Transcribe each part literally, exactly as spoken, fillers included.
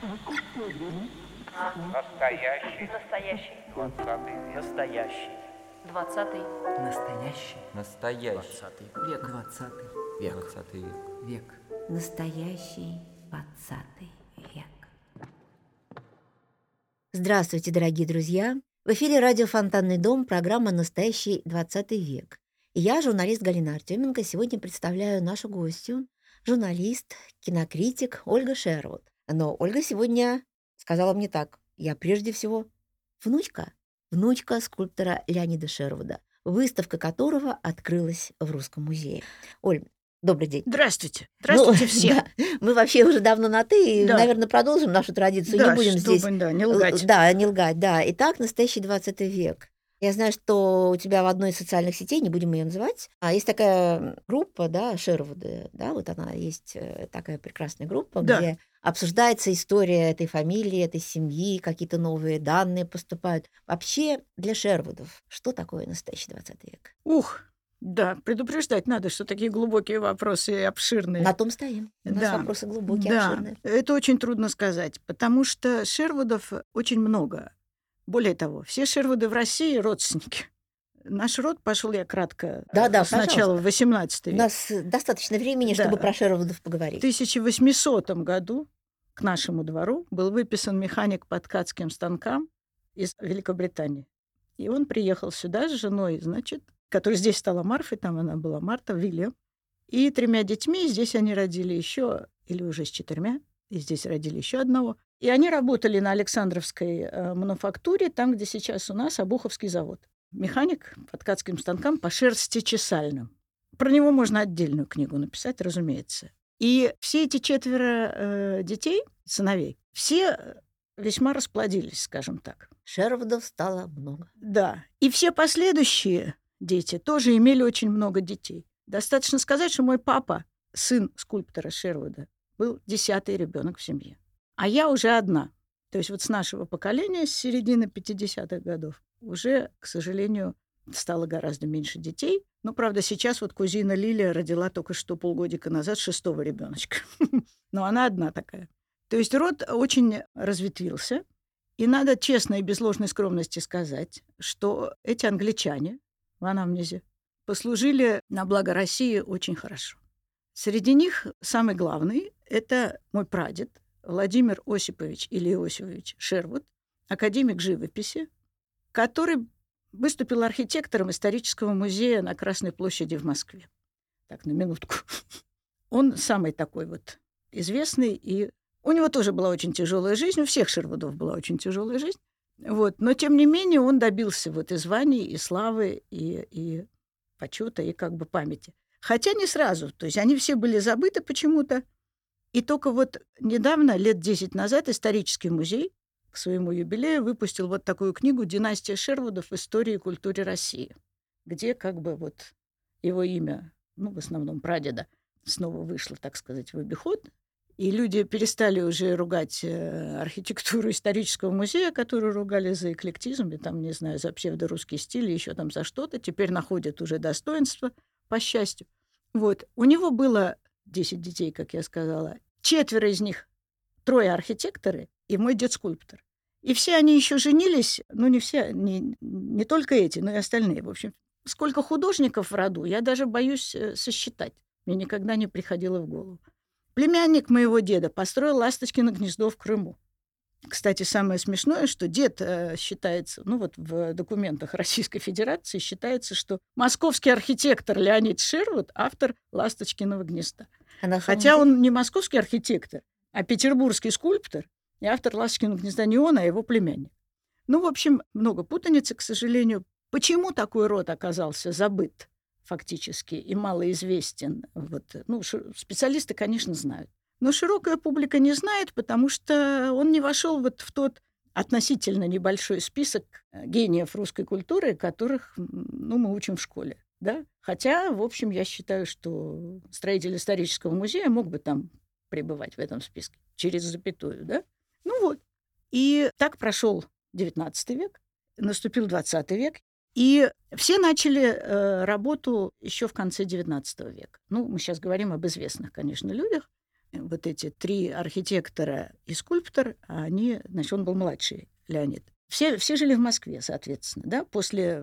Настоящий. Настоящий. Двадцатый век. Настоящий. Двадцатый. Настоящий. Настоящий. Двадцатый век. Двадцатый век. Двадцатый век. Век. Настоящий двадцатый век. Здравствуйте, дорогие друзья! В эфире радио «Фонтанный дом», программа «Настоящий двадцатый век». И я, журналист Галина Артеменко, сегодня представляю нашу гостью, журналист, кинокритик Ольга Шервуд. Но Ольга сегодня сказала мне так: я прежде всего внучка, внучка скульптора Леонида Шервуда, выставка которого открылась в Русском музее. Оль, добрый день. Здравствуйте. Здравствуйте Ну, все. да, мы вообще уже давно на «ты», и, Да. наверное, продолжим нашу традицию, Да, не будем чтобы, здесь... да, не лгать. Да, не лгать, да. Итак, настоящий двадцатый век. Я знаю, что у тебя в одной из социальных сетей, не будем ее называть, а есть такая группа, да, Шервуды, да, вот она есть, э, такая прекрасная группа, Да. где обсуждается история этой фамилии, этой семьи, какие-то новые данные поступают. Вообще, для Шервудов что такое настоящий двадцатый век? Ух, да, предупреждать надо, что такие глубокие вопросы и обширные. На том стоим. У нас Да. вопросы глубокие, Да, обширные. это очень трудно сказать, потому что Шервудов очень много. Более того, все Шервуды в России родственники. Наш род пошел, я кратко, Да, да, э, сначала пожалуйста. в восемнадцатый У век. нас достаточно времени, Да. чтобы про Шервудов В поговорить. тысяча восьмисотом году к нашему двору был выписан механик по ткацким станкам из Великобритании. И он приехал сюда с женой, значит, которая здесь стала Марфой, там она была Марта, Вильям, и тремя детьми. Здесь они родили еще, или уже с четырьмя, и здесь родили еще одного. И они работали на Александровской э, мануфактуре, там, где сейчас у нас Обуховский завод. Механик по ткацким станкам, по шерстечесальным. Про него можно отдельную книгу написать, разумеется. И все эти четверо э, детей, сыновей, все весьма расплодились, скажем так. Шервудов стало много. Да. И все последующие дети тоже имели очень много детей. Достаточно сказать, что мой папа, сын скульптора Шервуда, был десятый ребенок в семье. А я уже одна. То есть вот с нашего поколения, с середины пятидесятых годов, уже, к сожалению, стало гораздо меньше детей. Но, правда, сейчас вот кузина Лилия родила только что полгодика назад шестого ребеночка. Но она одна такая. То есть род очень разветвился. И надо честно и без ложной скромности сказать, что эти англичане в анамнезе послужили на благо России очень хорошо. Среди них самый главный – это мой прадед Владимир Осипович или Иосифович Шервуд, академик живописи, который выступил архитектором исторического музея на Красной площади в Москве. Так, на минутку. Он самый такой вот известный, и у него тоже была очень тяжелая жизнь, у всех Шервудов была очень тяжелая жизнь. Вот. Но, тем не менее, он добился вот и званий, и славы, и, и почета, и как бы памяти. Хотя не сразу. То есть они все были забыты почему-то. И только вот недавно, лет десять назад, исторический музей к своему юбилею выпустил вот такую книгу «Династия Шервудов. История и культуре России», где как бы вот его имя, ну, в основном прадеда, снова вышло, так сказать, в обиход. И люди перестали уже ругать э, архитектуру исторического музея, которую ругали за эклектизм, и там, не знаю, за псевдорусский стиль, еще там за что-то. Теперь находят уже достоинство, по счастью. Вот. У него было десять детей, как я сказала. Четверо из них, трое архитекторы, и мой дед скульптор. И все они еще женились, ну, не все, не, не только эти, но и остальные. В общем, сколько художников в роду, я даже боюсь э, сосчитать. Мне никогда не приходило в голову. Племянник моего деда построил Ласточкино гнездо в Крыму. Кстати, самое смешное, что дед э, считается, ну вот в документах Российской Федерации считается, что московский архитектор Леонид Шервуд автор Ласточкиного гнезда. А на самом Хотя деле- он не московский архитектор, а петербургский скульптор, и автор Ласточкиного гнезда не он, а его племянник. Ну, в общем, много путаницы, к сожалению. Почему такой род оказался забыт фактически и малоизвестен? Вот, ну, ши- специалисты, конечно, знают. Но широкая публика не знает, потому что он не вошел вот в тот относительно небольшой список гениев русской культуры, которых, ну, мы учим в школе. Да? Хотя, в общем, я считаю, что строитель исторического музея мог бы там пребывать в этом списке через запятую. Да? Ну вот. И так прошел девятнадцатый век, наступил двадцатый век, и все начали э, работу еще в конце девятнадцатого века. Ну, мы сейчас говорим об известных, конечно, людях. вот эти три архитектора и скульптор, а они, значит, он был младший, Леонид. Все, все жили в Москве, соответственно, да, после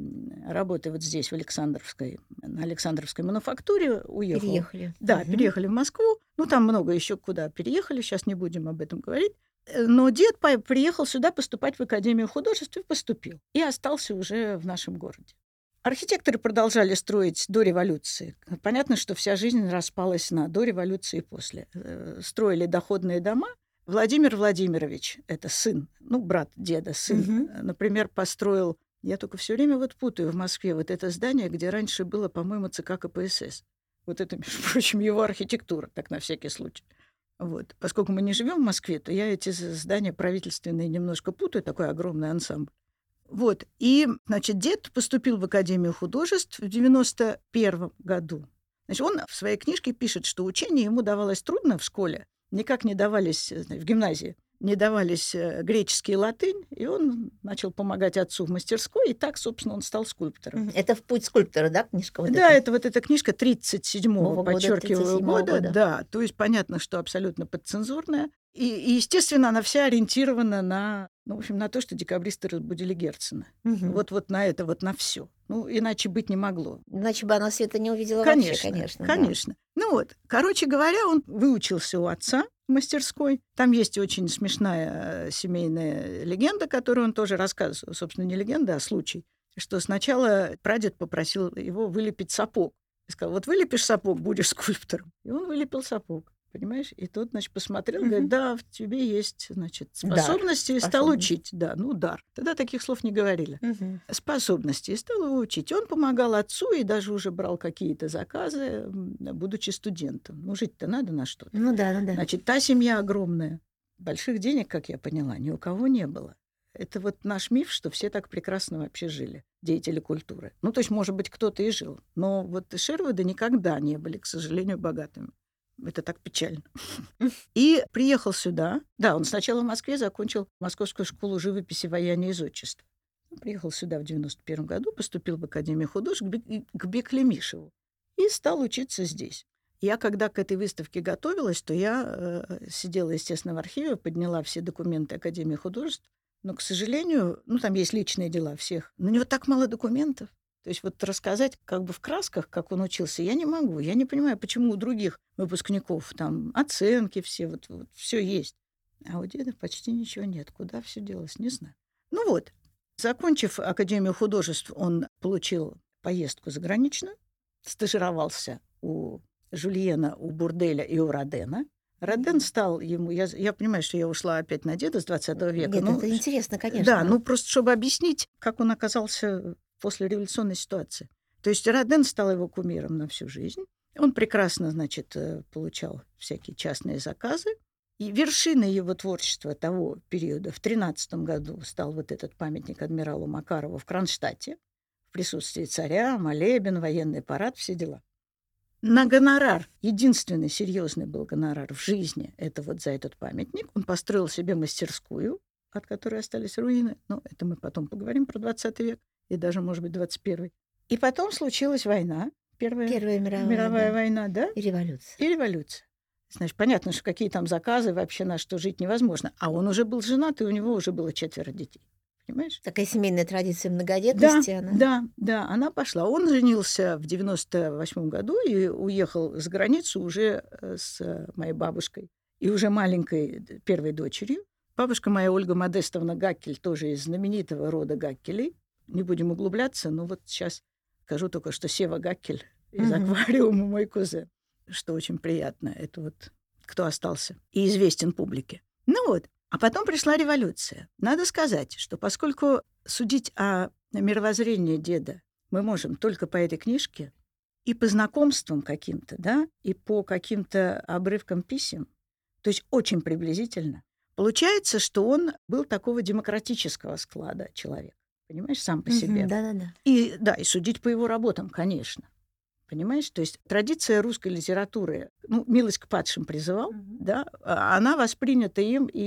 работы вот здесь, в Александровской, на Александровской мануфактуре уехал. Переехали. Да, Мгм. переехали в Москву. Ну, там много еще куда переехали, сейчас не будем об этом говорить. Но дед по- приехал сюда поступать в Академию художеств и поступил. И остался уже в нашем городе. Архитекторы продолжали строить до революции. Понятно, что вся жизнь распалась на до революции и после. Э, Строили доходные дома. Владимир Владимирович, это сын, ну, брат деда, сын, Мгм. э, например, построил, я только все время вот путаю в Москве, вот это здание, где раньше было, по-моему, ЦК КПСС. Вот это, между прочим, его архитектура, так на всякий случай. Вот. Поскольку мы не живем в Москве, то я эти з- здания правительственные немножко путаю, такой огромный ансамбль. Вот. И, значит, дед поступил в Академию художеств в девяносто первом году. Значит, он в своей книжке пишет, что учение ему давалось трудно в школе, никак не давались, э, в гимназии, не давались э, греческий и латынь, и он начал помогать отцу в мастерской, и так, собственно, он стал скульптором. Мгм. Это «В путь скульптора», да, книжка? Вот Да, эта? это вот эта книжка тридцать седьмого, Года, подчеркиваю, тридцать седьмого года. года. Да, то есть понятно, что абсолютно подцензурная. И, и, естественно, она вся ориентирована на, ну, в общем, на то, что декабристы разбудили Герцена. Мгм. Вот, вот на это, вот на все. Ну, иначе быть не могло. Иначе бы она света не увидела Конечно, вообще, конечно. да. конечно. Ну вот, короче говоря, он выучился у отца в мастерской. Там есть очень смешная э, семейная легенда, которую он тоже рассказывал. Собственно, не легенда, а случай. Что сначала прадед попросил его вылепить сапог. И сказал, вот вылепишь сапог, будешь скульптором. И он вылепил сапог. Понимаешь? И тот, значит, посмотрел, Мгм. говорит, да, в тебе есть, значит, Дар, способности, и стал способность. учить. Да, ну, дар. Тогда таких слов не говорили. Мгм. Способности, и стал его учить. Он помогал отцу и даже уже брал какие-то заказы, м, будучи студентом. Ну, жить-то надо на что-то. Ну да, ну да. Значит, та семья огромная. Больших денег, как я поняла, ни у кого не было. Это вот наш миф, что все так прекрасно вообще жили, деятели культуры. Ну, то есть, может быть, кто-то и жил. Но вот Шервуды никогда не были, к сожалению, богатыми. Это так печально. И приехал сюда. Да, он сначала в Москве закончил Московскую школу живописи, ваяния и зодчества. Приехал сюда в девяносто первом году, поступил в Академию художеств к Бек- к Беклемишеву и стал учиться здесь. Я, когда к этой выставке готовилась, то я э, сидела, естественно, в архиве, подняла все документы Академии художеств, но, к сожалению, ну, там есть личные дела всех, но у него так мало документов. То есть вот рассказать как бы в красках, как он учился, я не могу. Я не понимаю, почему у других выпускников там оценки все, вот, вот все есть. А у деда почти ничего нет. Куда все делось, не знаю. Ну вот, закончив Академию художеств, он получил поездку заграничную, стажировался у Жульена, у Бурделя и у Родена. Роден стал ему... Я, я понимаю, что я ушла опять на деда с двадцатого века. Нет, ну, это интересно, конечно. Да, ну просто чтобы объяснить, как он оказался после революционной ситуации. То есть Роден стал его кумиром на всю жизнь. Он прекрасно, значит, э, получал всякие частные заказы. И вершиной его творчества того периода в тринадцатом году стал вот этот памятник адмиралу Макарову в Кронштадте в присутствии царя, молебен, военный парад, все дела. На гонорар, единственный серьезный был гонорар в жизни, это вот за этот памятник. Он построил себе мастерскую, от которой остались руины. Ну, это мы потом поговорим про двадцатый век и даже, может быть, двадцать первый. И потом случилась война, Первая, Первая мировая, мировая да. война, да? И революция. И революция. Значит, понятно, что какие там заказы, вообще на что жить невозможно. А он уже был женат, и у него уже было четверо детей. Понимаешь? Такая семейная традиция Да, многодетности. она... да, да, она пошла. Он женился в девяносто восьмом году и уехал за границу уже э, с э, моей бабушкой и уже маленькой д- первой дочерью. Бабушка моя Ольга Модестовна Гаккель, тоже из знаменитого рода Гаккелей. Не будем углубляться, но вот сейчас скажу только, что Сева Гаккель из Мгм. аквариума мой кузен, что очень приятно. Это вот кто остался и известен публике. Ну вот, а потом пришла революция. Надо сказать, что поскольку судить о мировоззрении деда мы можем только по этой книжке и по знакомствам каким-то, да, и по каким-то обрывкам писем, то есть очень приблизительно, получается, что он был такого демократического склада человек. Понимаешь, сам по себе. Мгм, Да-да-да. И да, и судить по его работам, конечно. Понимаешь? То есть традиция русской литературы, ну, «Милость к падшим» призывал, Мгм. да, а она воспринята им и,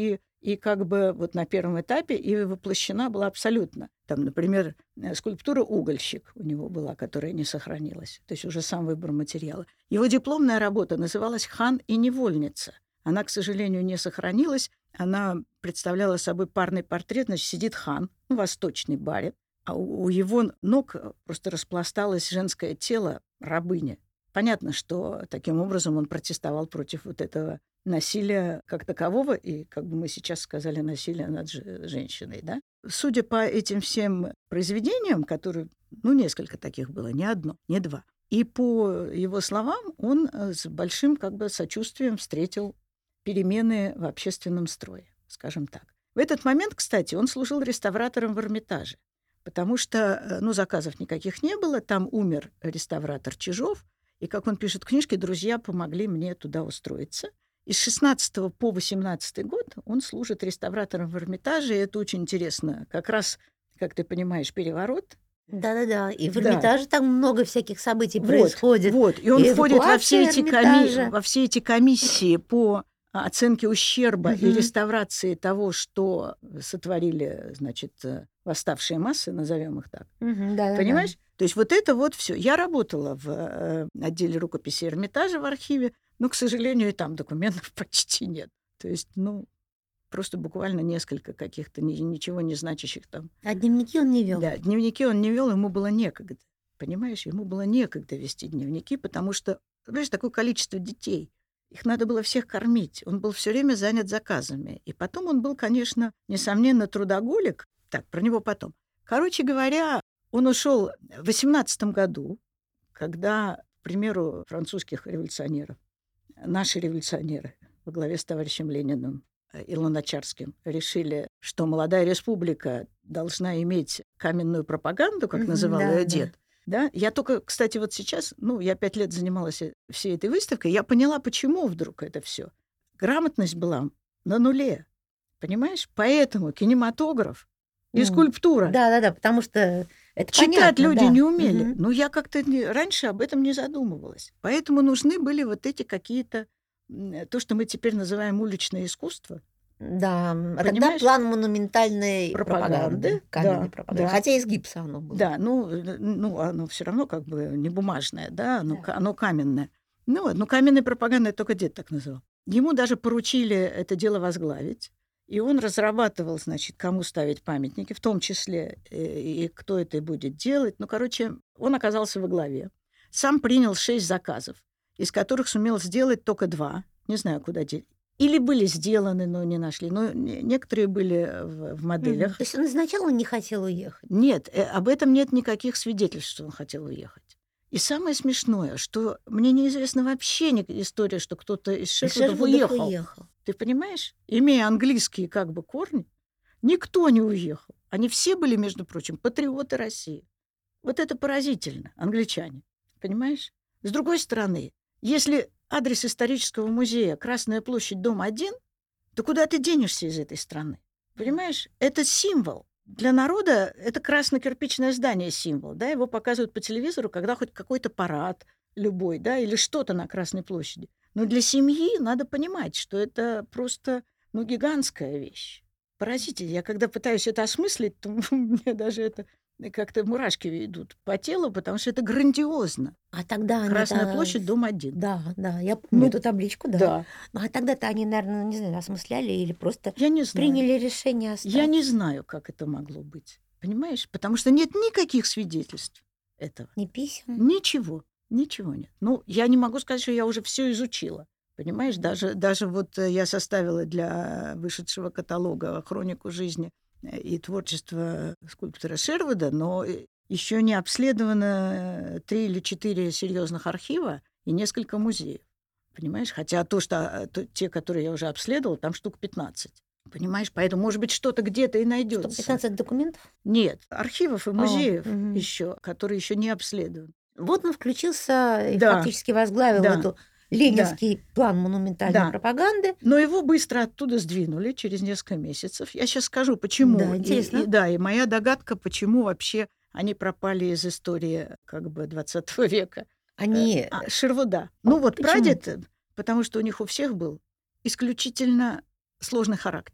и как бы вот на первом этапе и воплощена была абсолютно. Там, например, скульптура «Угольщик» у него была, которая не сохранилась. То есть уже сам выбор материала. Его дипломная работа называлась «Хан и невольница». Она, к сожалению, не сохранилась. Она представляла собой парный портрет. Значит, сидит хан, ну, восточный барин, а у у его ног просто распласталось женское тело рабыни. Понятно, что таким образом он протестовал против вот этого насилия как такового, и, как бы мы сейчас сказали, насилия над же- женщиной, да? Судя по этим всем произведениям, которые, ну, несколько таких было, не одно, не два, и по его словам, он э, с большим как бы сочувствием встретил перемены в общественном строе, скажем так. В этот момент, кстати, он служил реставратором в Эрмитаже, потому что, э, ну, заказов никаких не было, там умер реставратор Чижов, и, как он пишет в книжке, друзья помогли мне туда устроиться. И с шестнадцатого по восемнадцатый год он служит реставратором в Эрмитаже, и это очень интересно. Как раз, как ты понимаешь, переворот. Да-да-да. И в Да. Эрмитаже там много всяких событий Вот, происходит. вот. И он И входит во все, эвакуация эти коми- Эрмитажа. во все эти комиссии по а, оценке ущерба и Мгм. реставрации того, что сотворили, значит, э, восставшие массы, назовем их так. Мгм, да-да-да. Понимаешь? То есть вот это вот все. Я работала в э, отделе рукописи Эрмитажа в архиве, но, к сожалению, и там документов почти нет. То есть, ну, просто буквально несколько каких-то ни- ничего не значащих там. А дневники он не вел. Да, дневники он не вел, ему было некогда. Понимаешь, ему было некогда вести дневники, потому что, понимаешь, такое количество детей. Их надо было всех кормить. Он был все время занят заказами. И потом он был, конечно, несомненно, трудоголик. Так, про него потом. Короче говоря, он ушел в восемнадцатом году, когда, к примеру, французских революционеров, наши революционеры во главе с товарищем Лениным э, и Луначарским решили, что молодая республика должна иметь каменную пропаганду, как Мгм, называл да, ее да. дед. Да? Я только, кстати, вот сейчас, ну, я пять лет занималась э, всей этой выставкой, я поняла, почему вдруг это все. Грамотность была на нуле, понимаешь? Поэтому кинематограф и М, скульптура. Да-да-да, потому что это Читать понятно, люди да. не умели. Мгм. Но я как-то не- раньше об этом не задумывалась. Поэтому нужны были вот эти какие-то, м, то, что мы теперь называем уличное искусство. Да, м, а тогда Понимаешь? план монументальной Пропаганды, пропаганды, каменной да, пропаганды. да. Хотя из гипса оно было. Да, ну, э, ну оно все равно как бы не бумажное, да, оно, Да. ка- оно каменное. Ну, вот, ну, каменной пропагандой только дед так называл. Ему даже поручили это дело возглавить. И он разрабатывал, значит, кому ставить памятники, в том числе э, и кто это будет делать. Ну, короче, он оказался во главе. Сам принял шесть заказов, из которых сумел сделать только два. Не знаю, куда деть. Или были сделаны, но не нашли. Но не- некоторые были в, в Мгм. моделях. То есть он изначально не хотел уехать. Нет, э, об этом нет никаких свидетельств, что он хотел уехать. И самое смешное, что мне неизвестна вообще ни- история, что кто-то из Из Шервудов Шервудов уехал. уехал. Ты понимаешь? Имея английские как бы корни, никто не уехал. Они все были, между прочим, патриоты России. Вот это поразительно, англичане. Понимаешь? С другой стороны, если адрес исторического музея Красная площадь, дом один, то куда ты денешься из этой страны? Понимаешь? Это символ. Для народа это красно-кирпичное здание символ. Да? Его показывают по телевизору, когда хоть какой-то парад любой, да, или что-то на Красной площади. Но для семьи надо понимать, что это просто, ну, гигантская вещь. Поразительно. Я когда пытаюсь это осмыслить, то мне даже это как-то мурашки идут по телу, потому что это грандиозно. А тогда они Красная это... площадь, дом один. Да, да, я помню Ну, эту табличку, да. Да. Ну, а тогда-то они, наверное, не знаю, осмысляли или просто Я не знаю. приняли решение остаться. Я не знаю, как это могло быть. Понимаешь? Потому что нет никаких свидетельств этого. Ни писем. Ничего. Ничего нет. Ну, я не могу сказать, что я уже все изучила. Понимаешь, даже, даже вот э, я составила для вышедшего каталога хронику жизни э, и творчества скульптора Шервуда, но еще не обследовано э, три или четыре серьезных архива и несколько музеев. Понимаешь? Хотя то, что э, то- те, которые я уже обследовала, там штук пятнадцать. Понимаешь? Поэтому, может быть, что-то где-то и Что, найдется. пятнадцать документов? Нет, архивов и А, музеев мгм. еще, которые еще не обследованы. Вот он включился и Да, фактически возглавил да, эту ленинский план монументальной да. пропаганды. Но его быстро оттуда сдвинули через несколько месяцев. Я сейчас скажу, почему. Да, И- интересно. И, да, и моя догадка, почему вообще они пропали из истории как бы двадцатого века. Они... Э, а, Шервуда. Ну вот Почему? прадед, э, потому что у них у всех был исключительно сложный характер.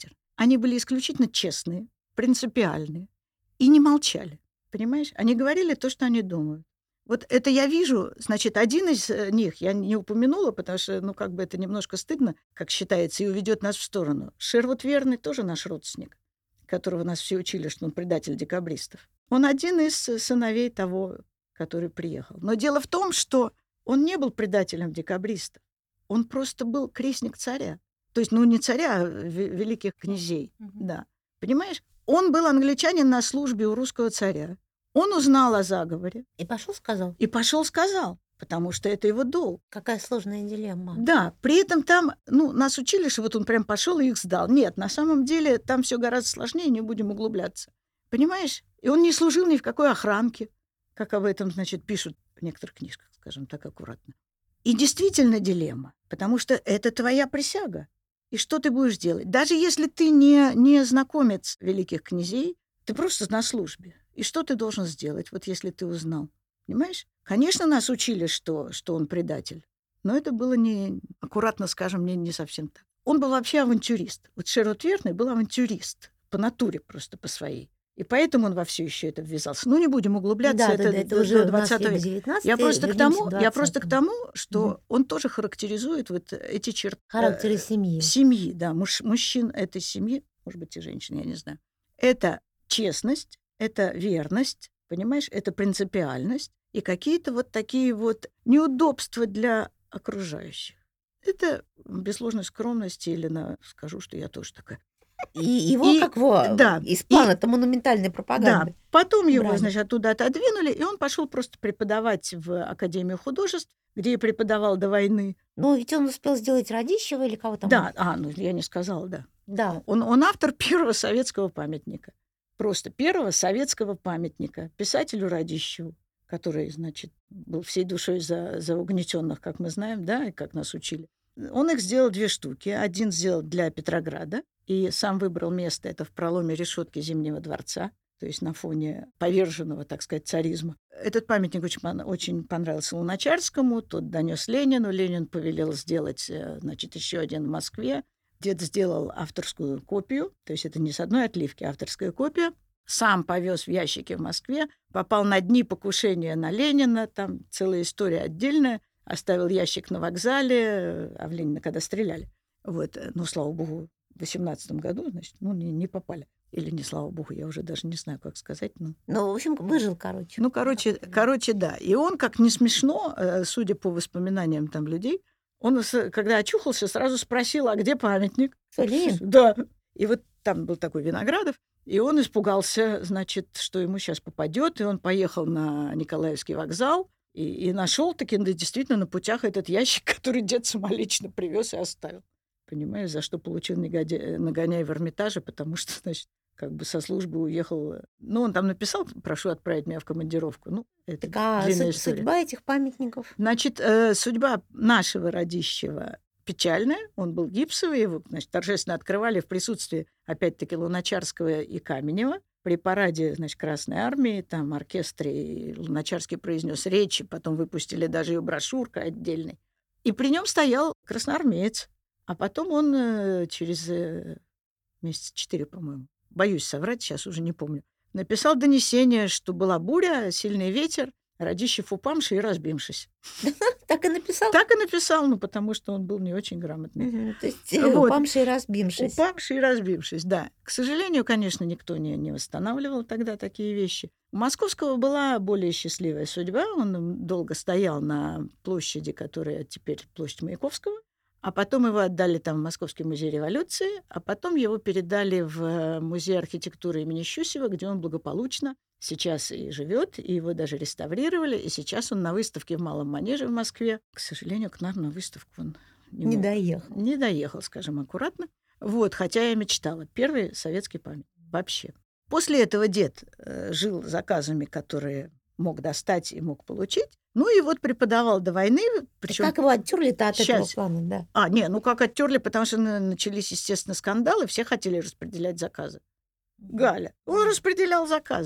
они были исключительно честные, принципиальные и не молчали. Понимаешь? Они говорили то, что они думают. Вот это я вижу, значит, один из них, я не упомянула, потому что, ну, как бы это немножко стыдно, как считается, и уведет нас в сторону. Шервуд Верный тоже наш родственник, которого нас все учили, что он предатель декабристов. Он один из сыновей того, который приехал. Но дело в том, что он не был предателем декабристов. Он просто был крестник царя. То есть, ну, не царя, а великих князей. Mm-hmm. Да. Понимаешь? Он был англичанин на службе у русского царя. Он узнал о заговоре. И пошел сказал. И пошел сказал, потому что это его долг. Какая сложная дилемма. Да, при этом там, ну, нас учили, что вот он прям пошел и их сдал. Нет, на самом деле там все гораздо сложнее, не будем углубляться. Понимаешь? И он не служил ни в какой охранке, как об этом, значит, пишут в некоторых книжках, скажем так, аккуратно. И действительно дилемма, потому что это твоя присяга. И что ты будешь делать? Даже если ты не, не знакомец великих князей, ты просто на службе. И что ты должен сделать, вот если ты узнал? Понимаешь? Конечно, нас учили, что, что он предатель. Но это было не, аккуратно скажем, не, не совсем так. Он был вообще авантюрист. Вот Шервуд Верный был авантюрист. По натуре просто, по своей. И поэтому он во все еще это ввязался. Ну, не будем углубляться, да, это, да, да, это до уже двадцатого века. Я просто, к тому, я просто к тому, что угу. он тоже характеризует вот эти черты. Характеры семьи. Семьи, да, муж, мужчин этой семьи, может быть, и женщин, я не знаю. Это честность, это верность, понимаешь, это принципиальность и какие-то вот такие вот неудобства для окружающих. Это без ложной скромности или на, скажу, что я тоже такая. И его, и, как его, да, из плана-то монументальной пропаганды. Да, потом его, брали. Значит, оттуда отодвинули, и он пошел просто преподавать в Академию художеств, где и преподавал до войны. Ну, ведь он успел сделать Радищева или кого-то? Да, а, ну, я не сказала, да. Да. Он, он автор первого советского памятника. Просто первого советского памятника писателю Радищеву, который, значит, был всей душой за, за угнетенных, как мы знаем, да, и как нас учили. Он их сделал две штуки. Один сделал для Петрограда, и сам выбрал место, это в проломе решетки Зимнего дворца, то есть на фоне поверженного, так сказать, царизма. Этот памятник очень, очень понравился Луначарскому, тот донес Ленину. Ленин повелел сделать, значит, еще один в Москве. Дед сделал авторскую копию, то есть это не с одной отливки, а авторская копия. Сам повез в ящике в Москве, попал на дни покушения на Ленина, там целая история отдельная. Оставил ящик на вокзале, а в Ленина когда стреляли. Вот, ну, слава богу, в восемнадцатом году, значит, ну, не, не попали. Или не слава богу, я уже даже не знаю, как сказать. Ну, ну в общем, выжил, короче. Ну, короче, короче, да. И он, как не смешно, судя по воспоминаниям там людей, он, когда очухался, сразу спросил, а где памятник? Ленин? Да. И вот там был такой Виноградов, и он испугался, значит, что ему сейчас попадет, и он поехал на Николаевский вокзал, и, и нашел таки, да, действительно, на путях этот ящик, который дед самолично привез и оставил. Понимаешь, за что получил негодяй, нагоняй в Эрмитаже, потому что, значит, как бы со службы уехал. Ну, он там написал, прошу отправить меня в командировку. Ну, это так, а длинная судь, история. Судьба этих памятников? Значит, э, судьба нашего Радищева печальная. Он был гипсовый, его, значит, торжественно открывали в присутствии, опять-таки, Луначарского и Каменева. При параде, значит, Красной Армии, там, оркестре, Луначарский произнес речи, потом выпустили даже и брошюрка отдельной. И при нем стоял красноармеец. А потом он э, через э, месяца четыре, по-моему, боюсь соврать, сейчас уже не помню, написал донесение, что была буря, сильный ветер, Радищев упамши и разбимшись. Так и написал? Так и написал, ну, потому что он был не очень грамотный. Угу, то есть вот. Упамши и разбившись. Упамши и разбившись, да. К сожалению, конечно, никто не, не восстанавливал тогда такие вещи. У Московского была более счастливая судьба. Он долго стоял на площади, которая теперь площадь Маяковского. А потом его отдали там в Московский музей революции, а потом его передали в музей архитектуры имени Щусева, где он благополучно сейчас и живет, и его даже реставрировали, и сейчас он на выставке в Малом Манеже в Москве. К сожалению, к нам на выставку он не, не мог. доехал. Не доехал, скажем аккуратно. Вот, хотя я мечтала. Первый советский памятник вообще. После этого дед э, жил заказами, которые мог достать и мог получить. Ну и вот преподавал до войны. Причем... Как его оттерли-то от Сейчас... этого плана, да? А, не, ну как оттерли, потому что начались, естественно, скандалы, все хотели распределять заказы. Галя, он распределял заказы.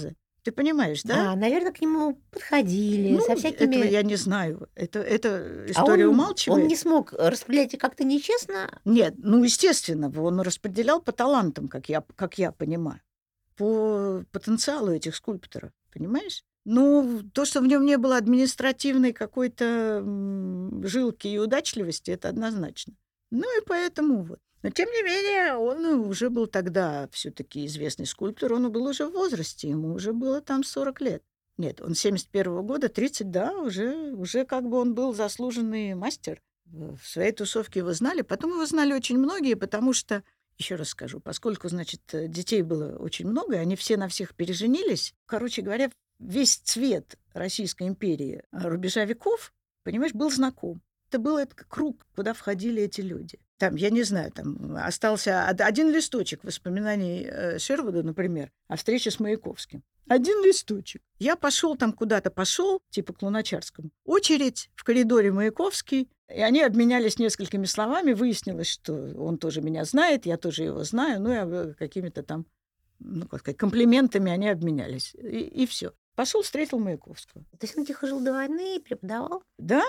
Ты понимаешь, да? А, наверное, к нему подходили Ну, со этого всякими... я не знаю. Это, эта А история он, он умалчивает. не смог распределять их как-то нечестно? Нет, ну, естественно, он распределял по талантам, как я, как я понимаю, по потенциалу этих скульпторов, понимаешь? Ну, то, что в нем не было административной какой-то м, жилки и удачливости, это однозначно. Ну и поэтому вот. Но, тем не менее, он уже был тогда все-таки известный скульптор, он был уже в возрасте, ему уже было там сорок лет. Нет, он семьдесят первого года, тридцать, да, уже, уже как бы он был заслуженный мастер. В своей тусовке его знали. Потом его знали очень многие, потому что, еще раз скажу, поскольку, значит, детей было очень много, и они все на всех переженились, короче говоря, весь цвет Российской империи рубежа веков, понимаешь, был знаком. Это был этот круг, куда входили эти люди. Там, я не знаю, там остался один листочек воспоминаний э, Шервуда, например, о встрече с Маяковским. Один листочек. Я пошел там куда-то, пошел, типа к Луначарскому. Очередь в коридоре Маяковский, и они обменялись несколькими словами. Выяснилось, что он тоже меня знает, я тоже его знаю, ну и какими-то там, ну, как сказать, комплиментами они обменялись. И, и все. Пошел, встретил Маяковского. То есть он тихо жил до войны, преподавал? Да.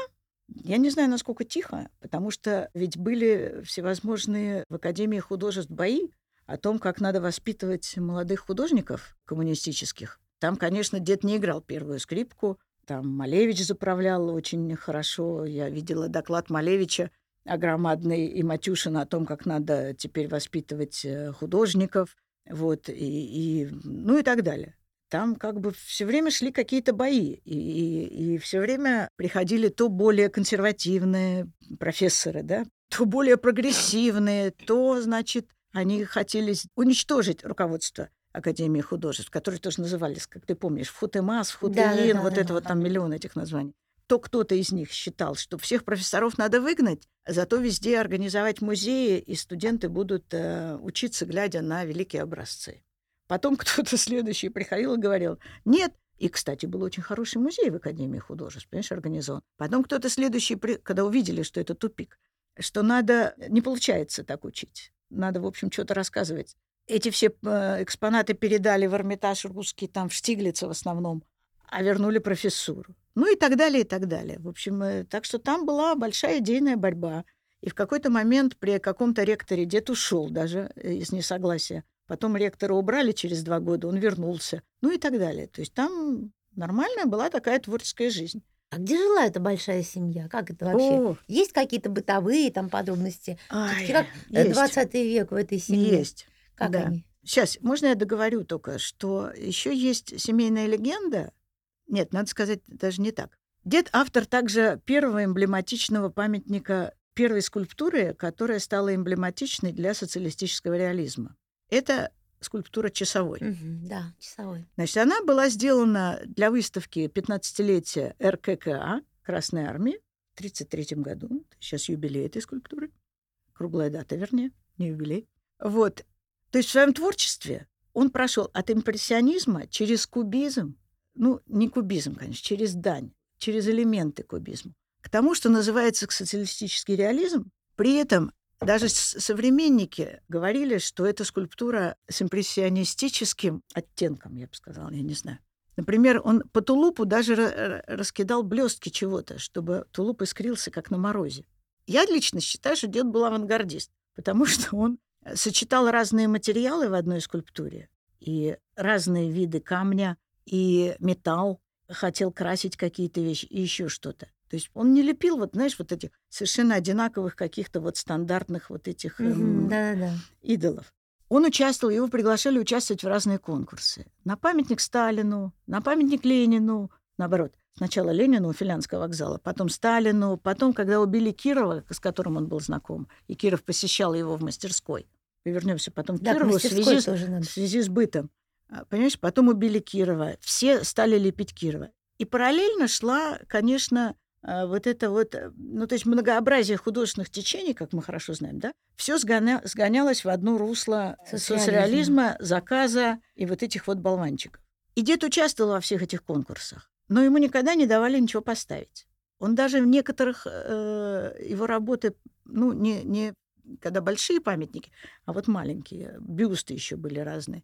Я не знаю, насколько тихо, потому что ведь были всевозможные в Академии художеств бои о том, как надо воспитывать молодых художников коммунистических. Там, конечно, дед не играл первую скрипку, там Малевич заправлял очень хорошо. Я видела доклад Малевича громадный и Матюшина о том, как надо теперь воспитывать художников, вот, и, и, ну и так далее. Там как бы все время шли какие-то бои, и, и, и все время приходили то более консервативные профессоры, да, то более прогрессивные, то, значит, они хотели уничтожить руководство Академии художеств, которые тоже назывались, как ты помнишь, Футемас, Футеин, Да, да, да, вот да, это да. вот там миллион этих названий. То кто-то из них считал, что всех профессоров надо выгнать, зато везде организовать музеи, и студенты будут э, учиться, глядя на великие образцы. Потом кто-то следующий приходил и говорил, нет. И, кстати, был очень хороший музей в Академии художеств, понимаешь, организован. Потом кто-то следующий, когда увидели, что это тупик, что надо, не получается так учить, надо, в общем, что-то рассказывать. Эти все экспонаты передали в Эрмитаж русский, там в Штиглице в основном, а вернули профессуру. Ну и так далее, и так далее. В общем, так что там была большая идейная борьба. И в какой-то момент при каком-то ректоре дед ушел даже из несогласия. Потом ректора убрали через два года, он вернулся. Ну и так далее. То есть там нормальная была такая творческая жизнь. А где жила эта большая семья? Как это вообще? О, Есть какие-то бытовые там подробности? ай, Всё-таки как есть. двадцатый век в этой семье? Есть. Как Да. они? Сейчас, можно я договорю только, что еще есть семейная легенда? Нет, надо сказать даже не так. Дед автор также первого эмблематичного памятника, первой скульптуры, которая стала эмблематичной для социалистического реализма. Это скульптура Часовой. Мгм, да, часовой. Значит, она была сделана для выставки пятнадцатилетия эр ка ка а, Красной Армии, в тридцать третьем году. Сейчас юбилей этой скульптуры. Круглая дата, вернее, не юбилей. Вот. То есть в своем творчестве он прошел от импрессионизма через кубизм, ну, не кубизм, конечно, через дань, через элементы кубизма, к тому, что называется социалистический реализм. При этом даже современники говорили, что это скульптура с импрессионистическим оттенком, я бы сказала, я не знаю. Например, он по тулупу даже раскидал блестки чего-то, чтобы тулуп искрился, как на морозе. Я лично считаю, что дед был авангардист, потому что он сочетал разные материалы в одной скульптуре, и разные виды камня, и металл, хотел красить какие-то вещи, и еще что-то. То есть он не лепил, вот, знаешь, вот этих совершенно одинаковых каких-то вот стандартных вот этих эм, Мгм, да-да-да. идолов. Он участвовал, его приглашали участвовать в разные конкурсы. На памятник Сталину, на памятник Ленину, наоборот. Сначала Ленину у Филянского вокзала, потом Сталину, потом, когда убили Кирова, с которым он был знаком, и Киров посещал его в мастерской. И вернемся потом к Да, к Кирову в мастерской связи, с- тоже надо. в связи с бытом. А, Понимаешь, потом убили Кирова. Все стали лепить Кирова. И параллельно шла, конечно, а, вот это вот, э, ну, то есть многообразие художественных течений, как мы хорошо знаем, да, все сгонялось в одно русло Социализма. соцреализма, заказа и вот этих вот болванчиков. И дед участвовал во всех этих конкурсах, но ему никогда не давали ничего поставить. Он даже в некоторых э, его работы, ну, не, не когда большие памятники, а вот маленькие, бюсты еще были разные.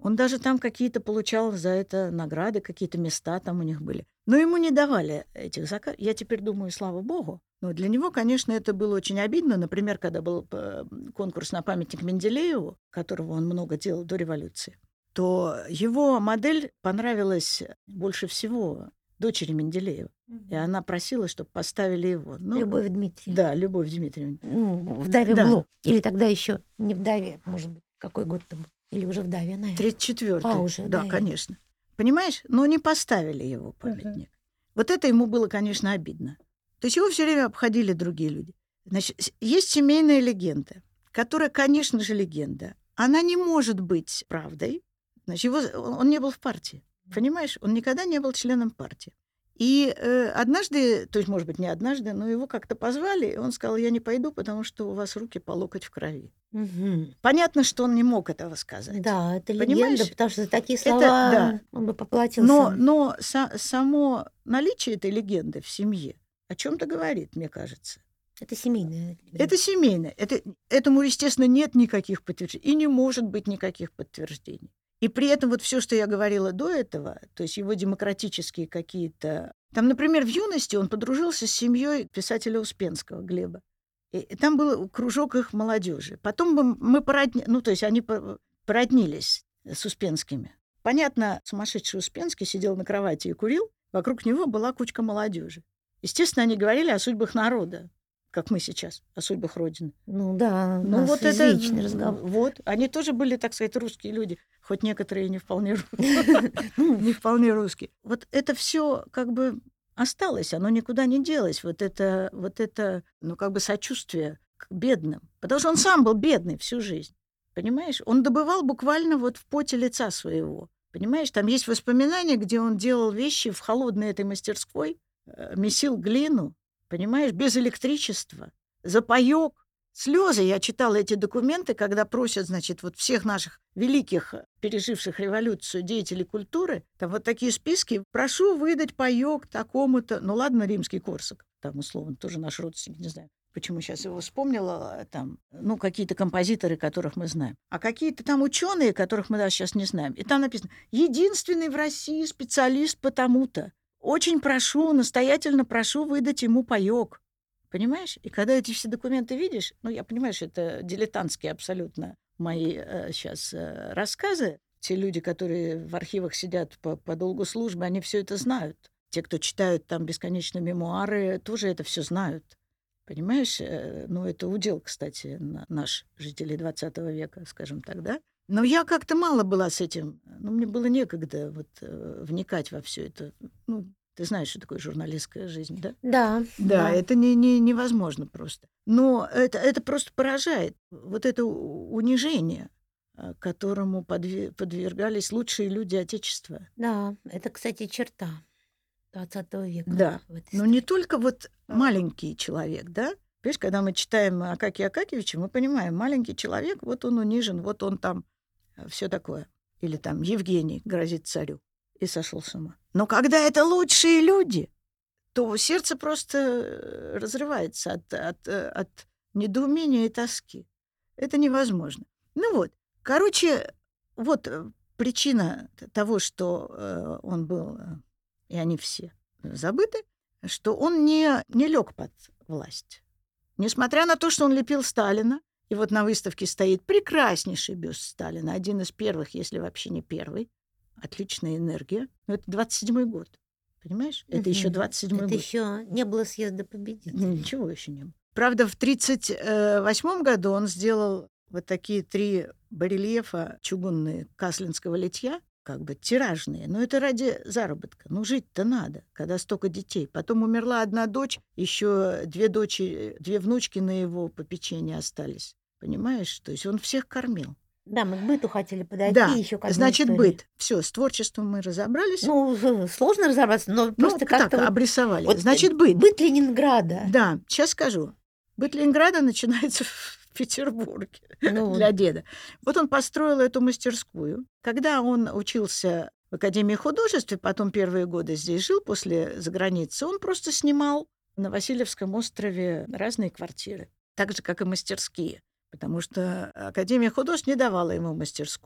Он даже там какие-то получал за это награды, какие-то места там у них были. Но ему не давали этих заказов. Я теперь думаю, слава богу. Но для него, конечно, это было очень обидно. Например, когда был э, конкурс на памятник Менделееву, которого он много делал до революции, то его модель понравилась больше всего дочери Менделеева. И она просила, чтобы поставили его. Ну, Любовь Дмитриевна. Да, Любовь Дмитриевна. Ну, «Вдове Да. Блу». Или тогда еще не «Вдове», может быть. Какой год-то был? Или уже «Вдове», наверное. тридцать четвёртый. А, уже, Да, да, конечно. Понимаешь? Но не поставили его памятник. Вот это ему было, конечно, обидно. То есть его все время обходили другие люди. Значит, с- есть семейная легенда, которая, конечно же, легенда. Она не может быть правдой. Значит, его, он он не был в партии. Понимаешь? Он никогда не был членом партии. И э, однажды, то есть, может быть, не однажды, но его как-то позвали, и он сказал, я не пойду, потому что у вас руки по локоть в крови. Мгм. Понятно, что он не мог этого сказать. Да, это Понимаешь? легенда, потому что за такие Это- слова да. он бы поплатился. Но, но са- само наличие этой легенды в семье о чем-то говорит, мне кажется. Это семейная легенда. Это семейное. Это, этому, естественно, нет никаких подтверждений. И не может быть никаких подтверждений. И при этом вот все, что я говорила до этого, то есть его демократические какие-то... Там, например, в юности он подружился с семьей писателя Успенского Глеба. И, и там был кружок их молодежи. Потом мы, мы породни... ну, то есть они по- породнились с Успенскими. Понятно, сумасшедший Успенский сидел на кровати и курил. Вокруг него была кучка молодежи. Естественно, они говорили о судьбах народа, как мы сейчас, о судьбах Родины. Ну да, у Ну нас вот это извечный разговор. вот, они тоже были, так сказать, русские люди, хоть некоторые и не вполне ру- не вполне русские. Вот это все как бы осталось, оно никуда не делось. Вот это, вот это, ну как бы сочувствие к бедным, потому что он сам был бедный всю жизнь, понимаешь? Он добывал буквально вот в поте лица своего, понимаешь? Там есть воспоминания, где он делал вещи в холодной этой мастерской, э, месил глину, понимаешь, без электричества, за паёк. Слезы, я читала эти документы, когда просят, значит, вот всех наших великих, переживших революцию деятелей культуры, там вот такие списки, прошу выдать паёк такому-то, ну ладно, римский Корсак, там условно, тоже наш родственник, не знаю, почему сейчас его вспомнила, там, ну, какие-то композиторы, которых мы знаем, а какие-то там ученые, которых мы даже сейчас не знаем. И там написано, единственный в России специалист по тому-то. Очень прошу, настоятельно прошу выдать ему паёк. Понимаешь? И когда эти все документы видишь, ну, я понимаю, что это дилетантские абсолютно мои сейчас рассказы. Те люди, которые в архивах сидят по, по долгу службы, они все это знают. Те, кто читают там бесконечно мемуары, тоже это все знают. Понимаешь? Э, Ну, это удел, кстати, на- наш, жителей двадцатого века, скажем так, да? Но я как-то мало была с этим. Ну, мне было некогда вот э, вникать во все это. Ну, ты знаешь, что такое журналистская жизнь, да? Да, Да, это не, не, невозможно просто. Но это, это просто поражает. Вот это у- унижение, а, которому подве- подвергались лучшие люди Отечества. да, это, кстати, черта двадцатого века. Да. в этой Но истории. не только вот маленький человек, да? Понимаешь, когда мы читаем Акакия Акакевича, мы понимаем, маленький человек, вот он унижен, вот он там все такое. Или там Евгений грозит царю и сошел с ума. Но когда это лучшие люди, то сердце просто э, разрывается от, от, э, от недоумения и тоски. Это невозможно. Ну вот, короче, вот э, причина т- того, что э, он был, э, и они все забыты, что он не, не лег под власть. Несмотря на то, что он лепил Сталина, и вот на выставке стоит прекраснейший бюст Сталина, один из первых, если вообще не первый, отличная энергия. Но это двадцать седьмой год. Понимаешь? Это еще Мгм. двадцать седьмой Это год. еще не было съезда победителей. Ничего еще не было. Правда, в тридцать восьмом году он сделал вот такие три барельефа чугунные Каслинского литья, как бы тиражные. Но это ради заработка. Ну, жить-то надо, когда столько детей. Потом умерла одна дочь, еще две дочери, две внучки на его попечении остались. Понимаешь? То есть он всех кормил. Да, мы к быту хотели подойти Да, еще к одной значит, истории. быт. Все, с творчеством мы разобрались. Ну, э, сложно разобраться, но Ну, просто так, как-то вот- обрисовали. вот, э, Значит, быт. быт Ленинграда. Да, сейчас скажу. Быт Ленинграда начинается в Петербурге Ну, для деда. Вот он построил эту мастерскую. Когда он учился в Академии художеств, и потом первые годы здесь жил после заграницы, он просто снимал на Васильевском острове разные квартиры, так же, как и мастерские, потому что Академия художеств не давала ему мастерскую.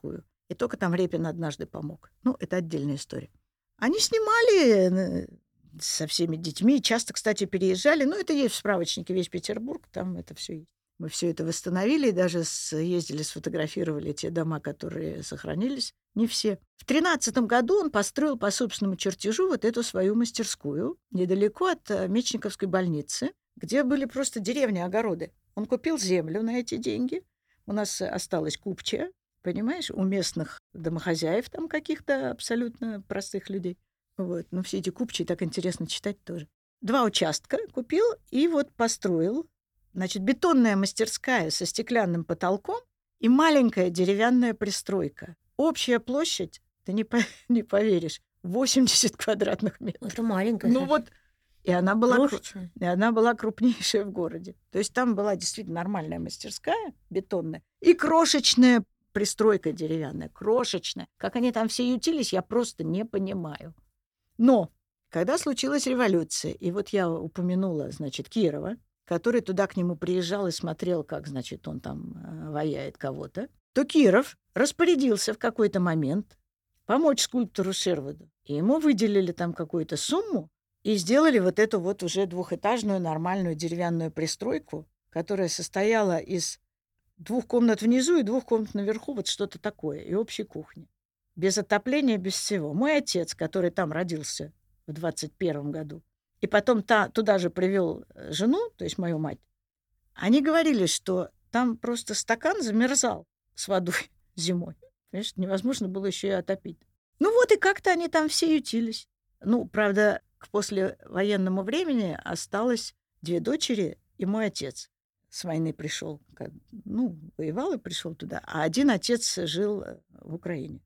И только там Репин однажды помог. Ну, это отдельная история. Они снимали со всеми детьми, часто, кстати, переезжали. Ну, это есть в справочнике «Весь Петербург», там это все есть. Мы все это восстановили и даже съездили, сфотографировали те дома, которые сохранились. Не все. В тринадцатом году он построил по собственному чертежу вот эту свою мастерскую недалеко от Мечниковской больницы, где были просто деревни, огороды. Он купил землю на эти деньги. У нас осталась купчая, понимаешь, у местных домохозяев там каких-то абсолютно простых людей. Вот. Но все эти купчие так интересно читать тоже. Два участка купил и вот построил. Значит, бетонная мастерская со стеклянным потолком и маленькая деревянная пристройка. Общая площадь, ты не, по- не поверишь, восемьдесят квадратных метров. Это маленькая. Ну вот, и она, была, кру- Крошечная. и она была крупнейшая в городе. То есть там была действительно нормальная мастерская, бетонная, и крошечная пристройка деревянная, крошечная. Как они там все ютились, я просто не понимаю. Но когда случилась революция, и вот я упомянула, значит, Кирова, который туда к нему приезжал и смотрел, как, значит, он там э, ваяет кого-то, то Киров распорядился в какой-то момент помочь скульптору Шервуду. И ему выделили там какую-то сумму и сделали вот эту вот уже двухэтажную нормальную деревянную пристройку, которая состояла из двух комнат внизу и двух комнат наверху, вот что-то такое, и общей кухни. Без отопления, без всего. Мой отец, который там родился в двадцать первом году, и потом та, туда же привел жену, то есть мою мать, они говорили, что там просто стакан замерзал с водой зимой. Понимаешь, невозможно было еще и отопить. Ну вот, и как-то они там все ютились. Ну, правда, к послевоенному времени осталось две дочери и мой отец. С войны пришел, ну, воевал и пришел туда. А один отец жил в Украине.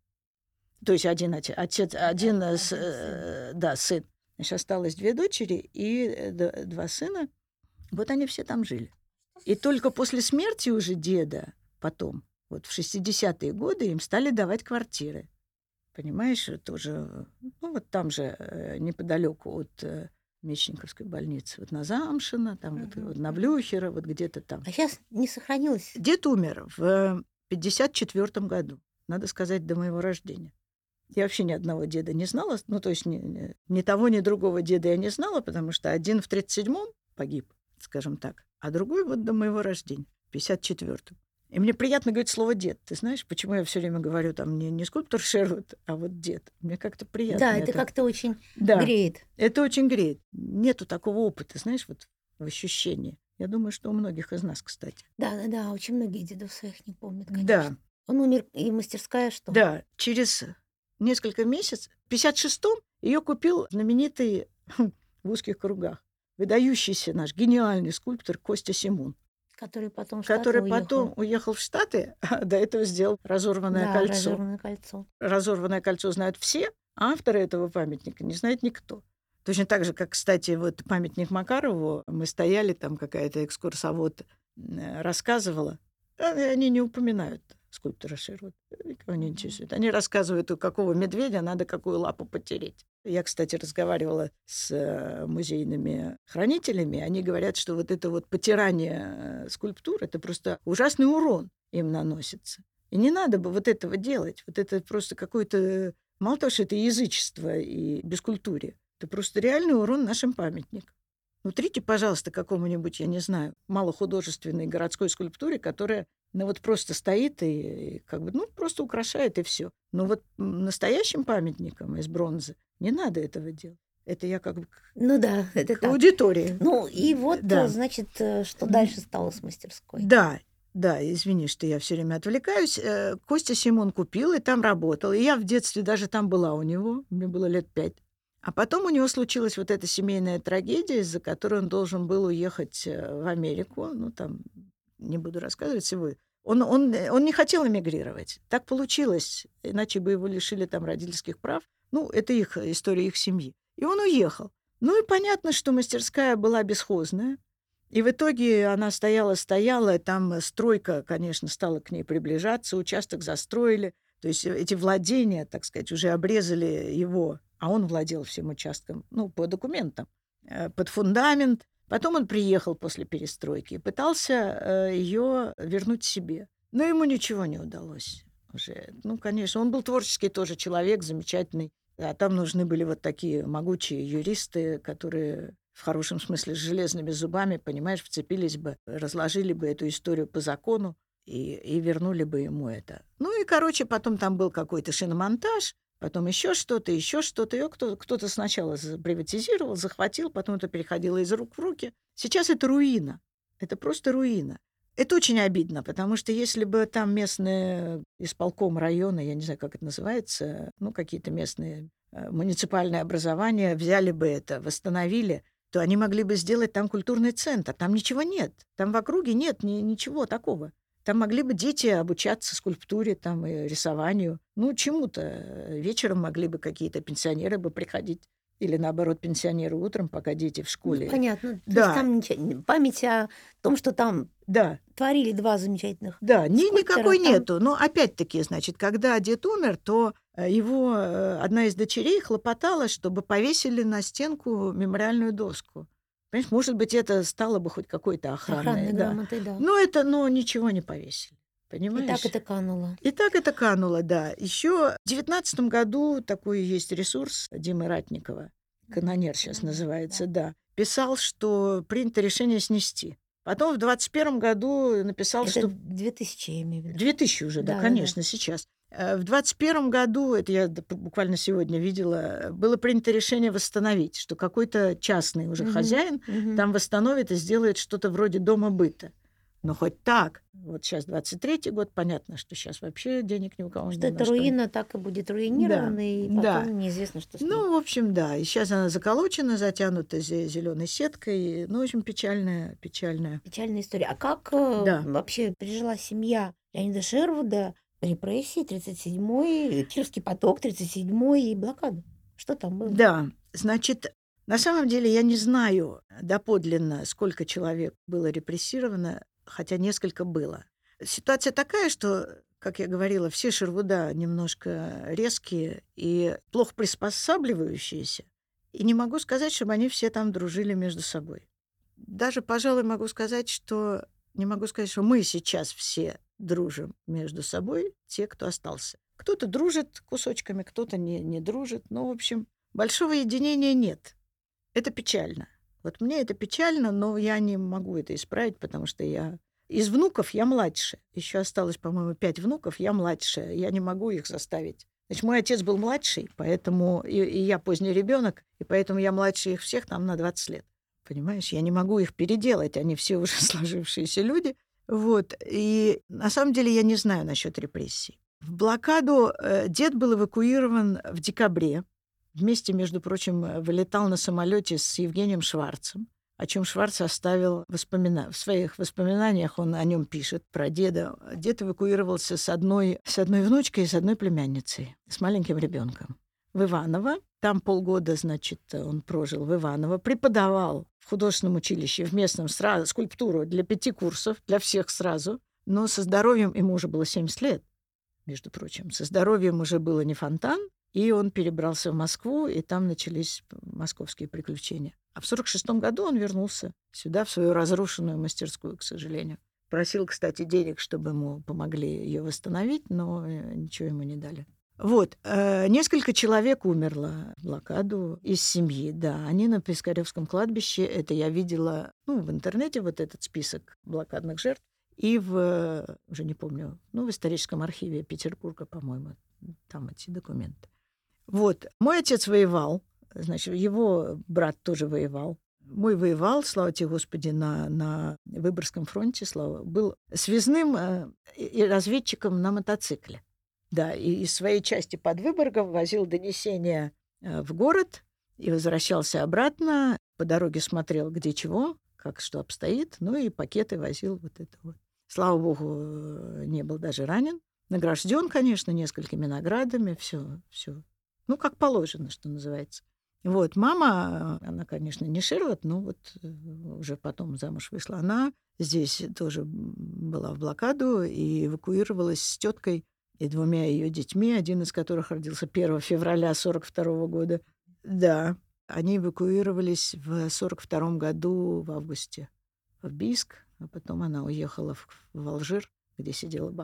То есть один отец, отец один, один с, сын. Да, сын. Значит, осталось две дочери и два сына. Вот они все там жили. И только после смерти уже деда потом, вот в шестидесятые годы, им стали давать квартиры. Понимаешь, тоже, ну вот там же неподалеку от Мечниковской больницы, вот на Замшино, там uh-huh. вот, вот на Блюхера, вот где-то там. А сейчас не сохранилось? Дед умер в пятьдесят четвёртом году, надо сказать, до моего рождения. Я вообще ни одного деда не знала, ну, то есть ни, ни того, ни другого деда я не знала, потому что один в тридцать седьмом погиб, скажем так, а другой вот до моего рождения, в пятьдесят четвёртом. И мне приятно говорить слово «дед». Ты знаешь, почему я все время говорю там не, не скульптор Шервуд, а вот дед. Мне как-то приятно. Да, это, это как-то очень да, греет. Это очень греет. Нету такого опыта, знаешь, вот в ощущении. Я думаю, что у многих из нас, кстати. Да-да-да, очень многие дедов своих не помнят, конечно. Да. Он умер, и мастерская что? Да, через несколько месяцев, в пятьдесят шестом ее купил знаменитый в узких кругах, выдающийся наш гениальный скульптор Костя Симон. Который потом в Штаты Который уехал. потом уехал в Штаты, а до этого сделал разорванное да, кольцо. разорванное кольцо. Разорванное кольцо знают все, а авторы этого памятника не знает никто. Точно так же, как, кстати, вот памятник Макарову, мы стояли, там какая-то экскурсовод рассказывала, а они не упоминают скульптора Шервуда, никого не интересует. Они рассказывают, у какого медведя надо какую лапу потереть. Я, кстати, разговаривала с музейными хранителями. Они говорят, что вот это вот потирание скульптур, это просто ужасный урон им наносится. И не надо бы вот этого делать. Вот это просто какое-то... Мало того, что это язычество и бескультурие, это просто реальный урон нашим памятникам. Утрите, пожалуйста, какому-нибудь, я не знаю, малохудожественной городской скульптуре, которая ну вот просто стоит и, и как бы, ну, просто украшает, и все. Но вот настоящим памятником из бронзы не надо этого делать. Это я как бы к, ну да, это к так. аудитории. Ну и вот, да. значит, что дальше стало с мастерской? Да, да, извини, что я все время отвлекаюсь. Костя Симон купил и там работал. И я в детстве даже там была у него, мне было лет пять. А потом у него случилась вот эта семейная трагедия, из-за которой он должен был уехать в Америку. Ну, там, не буду рассказывать всего. Он, он, он не хотел эмигрировать. Так получилось, иначе бы его лишили там родительских прав. Ну, это их история их семьи. И он уехал. Ну, и понятно, что мастерская была бесхозная. И в итоге она стояла-стояла, там стройка, конечно, стала к ней приближаться, участок застроили. То есть эти владения, так сказать, уже обрезали его, а он владел всем участком, ну, по документам, под фундамент. Потом он приехал после перестройки и пытался ее вернуть себе. Но ему ничего не удалось. уже. Ну, конечно, он был творческий тоже человек, замечательный. А там нужны были вот такие могучие юристы, которые в хорошем смысле с железными зубами, понимаешь, вцепились бы, разложили бы эту историю по закону и, и вернули бы ему это. Ну и, короче, потом там был какой-то шиномонтаж, потом еще что-то, еще что-то. Ее кто- кто-то сначала за- приватизировал, захватил, потом это переходило из рук в руки. Сейчас это руина. Это просто руина. Это очень обидно, потому что если бы там местные исполком района, я не знаю, как это называется, ну, какие-то местные э, муниципальные образования взяли бы это, восстановили, то они могли бы сделать там культурный центр. Там ничего нет. Там в округе нет ни- ничего такого. Там могли бы дети обучаться скульптуре там, и рисованию. Ну, чему-то. Вечером могли бы какие-то пенсионеры бы приходить. Или, наоборот, пенсионеры утром, пока дети в Ну, школе. понятно. То есть Да, там ничего- память о том, что там да. творили два замечательных Да, ни, скульптора, никакой там нету. Но опять-таки, значит, когда дед умер, то э, его э, одна из дочерей хлопотала, чтобы повесили на стенку мемориальную доску. Понимаешь, может быть, это стало бы хоть какой-то охранной, охранной да. грамотой, да. Но это, но ничего не повесили. И так Понимаешь? это кануло. И так это кануло, да. Еще в девятнадцатом году такой есть ресурс Димы Ратникова, канонер сейчас Канонер, называется, да, писал, что принято решение снести. Потом в двадцать первом году написал, Это что две тысячи, я имею в виду. две тысячи уже, да, Да, да, да. конечно, сейчас. Э, В двадцать первом году, это я д- буквально сегодня видела, э, было принято решение восстановить, что какой-то частный уже Мгм, хозяин мгм. там восстановит и сделает что-то вроде дома быта. Но хоть так. Вот сейчас двадцать третий год, понятно, что сейчас вообще денег ни у кого Что не эта на что нет. руина так и будет Да, руинирована, и да. потом неизвестно, что с ней. Ну, в общем, да. И сейчас она заколочена, затянута зеленой сеткой. Ну, в общем, печальная, печальная. Печальная история. А как э, Да. вообще пережила семья Леонида Шервуда репрессии, тридцать седьмой, Кировский поток, тридцать седьмой и блокаду? Что там было? Да, значит, на самом деле я не знаю доподлинно, сколько человек было репрессировано, хотя несколько было. Ситуация такая, что, как я говорила, все Шервуда немножко резкие и плохо приспосабливающиеся. И не могу сказать, чтобы они все там дружили между собой. Даже, пожалуй, могу сказать, что не могу сказать, что мы сейчас все дружим между собой, те, кто остался. Кто-то дружит кусочками, кто-то не, не дружит. Но, в общем, большого единения нет. Это печально. Вот мне это печально, но я не могу это исправить, потому что я... Из внуков я младше. Еще осталось, по-моему, пять внуков, я младшая. Я не могу их заставить. Значит, мой отец был младший, поэтому... И, и я поздний ребенок, и поэтому я младше их всех там на двадцать лет. Понимаешь, я не могу их переделать, они все уже сложившиеся люди. Вот. И на самом деле я не знаю насчет репрессий. В блокаду э, дед был эвакуирован в декабре. Вместе, между прочим, э, вылетал на самолете с Евгением Шварцем, о чем Шварц оставил воспомина... в своих воспоминаниях, он о нем пишет, про деда. Дед эвакуировался с одной, с одной внучкой и с одной племянницей, с маленьким ребенком. В Иваново. Там полгода, значит, он прожил в Иваново, преподавал в художественном училище, в местном сразу, скульптуру для пяти курсов, для всех сразу. Но со здоровьем ему уже было семьдесят лет, между прочим. Со здоровьем уже было не фонтан, и он перебрался в Москву, и там начались московские приключения. А в сорок шестом году он вернулся сюда, в свою разрушенную мастерскую, к сожалению. Просил, кстати, денег, чтобы ему помогли ее восстановить, но ничего ему не дали. Вот, э, несколько человек умерло в блокаду из семьи, да. Они на Пискаревском кладбище, это я видела, ну, в интернете вот этот список блокадных жертв, и в, уже не помню, ну, в историческом архиве Петербурга, по-моему, там эти документы. Вот, мой отец воевал, значит, его брат тоже воевал. Мой воевал, слава тебе, Господи, на, на Выборгском фронте, слава, был связным э, и разведчиком на мотоцикле. Да, и из своей части под Выборгом возил донесения э, в город и возвращался обратно. По дороге смотрел, где чего, как что обстоит. Ну и пакеты возил вот это вот. Слава богу, э, не был даже ранен. Награжден, конечно, несколькими наградами. Все, все. Ну, как положено, что называется. Вот, мама, она, конечно, не Шервуд, но вот э, уже потом замуж вышла. Она здесь тоже была в блокаду и эвакуировалась с теткой и двумя ее детьми, один из которых родился первого февраля сорок второго года. Да, они эвакуировались в сорок втором году в августе в Бийск, а потом она уехала в, в Алжир, где сидела бабка.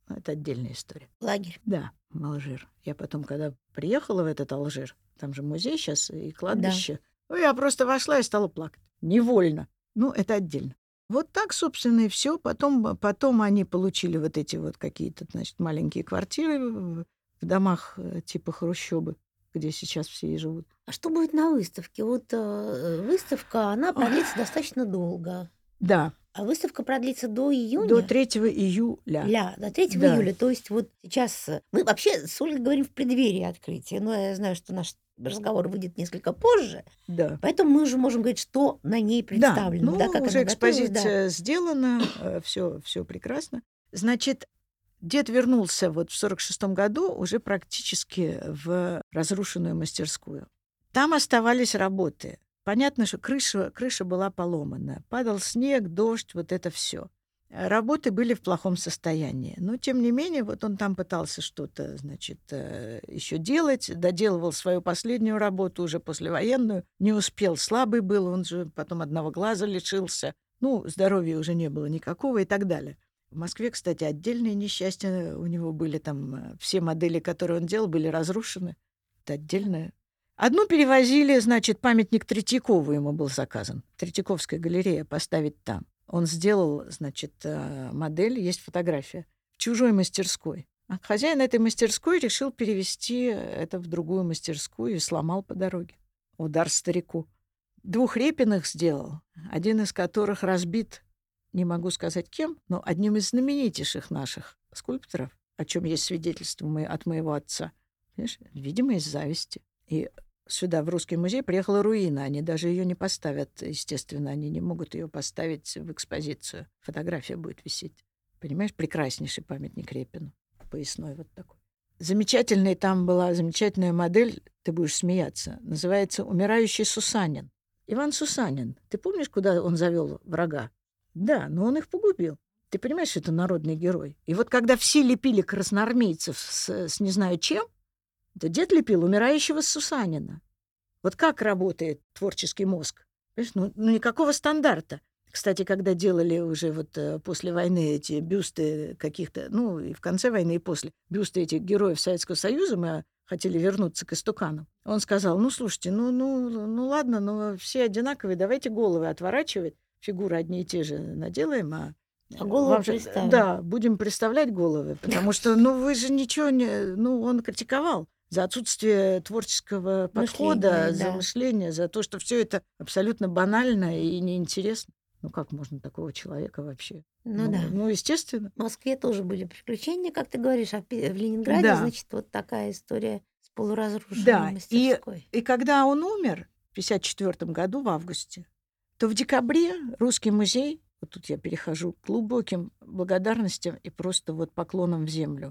Это отдельная история. Лагерь. Да, Алжир. Я потом, когда приехала в этот Алжир, там же музей сейчас и кладбище, ну, я просто вошла и стала плакать. Невольно. Ну, это отдельно. Вот так, собственно, и все. Потом, потом они получили вот эти вот какие-то, значит, маленькие квартиры в, в домах э, типа хрущобы, где сейчас все и живут. А что будет на выставке? Вот э, выставка, она продлится достаточно долго. Да, А выставка продлится до июня? до третьего июля. Ля, до третьего Да. июля. То есть вот сейчас... э, Мы вообще с Ольгой говорим в преддверии открытия, но я знаю, что наш разговор выйдет несколько позже, Да. поэтому мы уже можем говорить, что на ней Да, представлено, ну, да, как уже она готовилась, да. экспозиция сделана, все, все прекрасно. Значит, дед вернулся вот в сорок шестом году уже практически в разрушенную мастерскую. Там оставались работы. Понятно, что крыша, крыша была поломана. Падал снег, дождь, вот это все. Работы были в плохом состоянии. Но, тем не менее, вот он там пытался что-то, значит, еще делать, доделывал свою последнюю работу, уже послевоенную. Не успел, слабый был, он же потом одного глаза лишился. Ну, здоровья уже не было никакого и так далее. В Москве, кстати, отдельные несчастья у него были. Там все модели, которые он делал, были разрушены. Это отдельное. Одну перевозили, значит, памятник Третьякову ему был заказан. Третьяковская галерея поставить там. Он сделал, значит, модель, есть фотография, в чужой мастерской. А хозяин этой мастерской решил перевести это в другую мастерскую и сломал по дороге. Удар старику. Двух Репиных сделал, один из которых разбит, не могу сказать кем, но одним из знаменитейших наших скульпторов, о чем есть свидетельство от моего отца. Понимаешь? Видимо, из зависти. И сюда, в Русский музей, приехала руина. Они даже ее не поставят, естественно. Они не могут ее поставить в экспозицию. Фотография будет висеть. Понимаешь, прекраснейший памятник Репину. Поясной вот такой. Замечательная там была замечательная модель, ты будешь смеяться, называется «Умирающий Сусанин». Иван Сусанин. Ты помнишь, куда он завел врага? Да, но он их погубил. Ты понимаешь, что это народный герой. И вот когда все лепили красноармейцев с, с не знаю чем, то дед лепил умирающего Сусанина. Вот как работает творческий мозг? Ну, ну, никакого стандарта. Кстати, когда делали уже вот после войны эти бюсты каких-то, ну, и в конце войны, и после, бюсты этих героев Советского Союза, мы хотели вернуться к истуканам. Он сказал, ну, слушайте, ну, ну, ну ладно, но все одинаковые, давайте головы отворачивать, фигуры одни и те же наделаем, а... А голову Вам же- представим. Да, будем представлять головы, потому что, ну, вы же ничего не... Ну, он критиковал за отсутствие творческого подхода, Мышления, за да. мышление, за то, что все это абсолютно банально и неинтересно. Ну, как можно такого человека вообще? Ну да. Ну, естественно. В Москве тоже были приключения, как ты говоришь, а в Пе- в Ленинграде, Да. значит, вот такая история с полуразрушенной Да, и- мастерской. И когда он умер в пятьдесят четвёртом году, в августе, то в декабре Русский музей, вот тут я перехожу к глубоким благодарностям и просто вот поклонам в землю,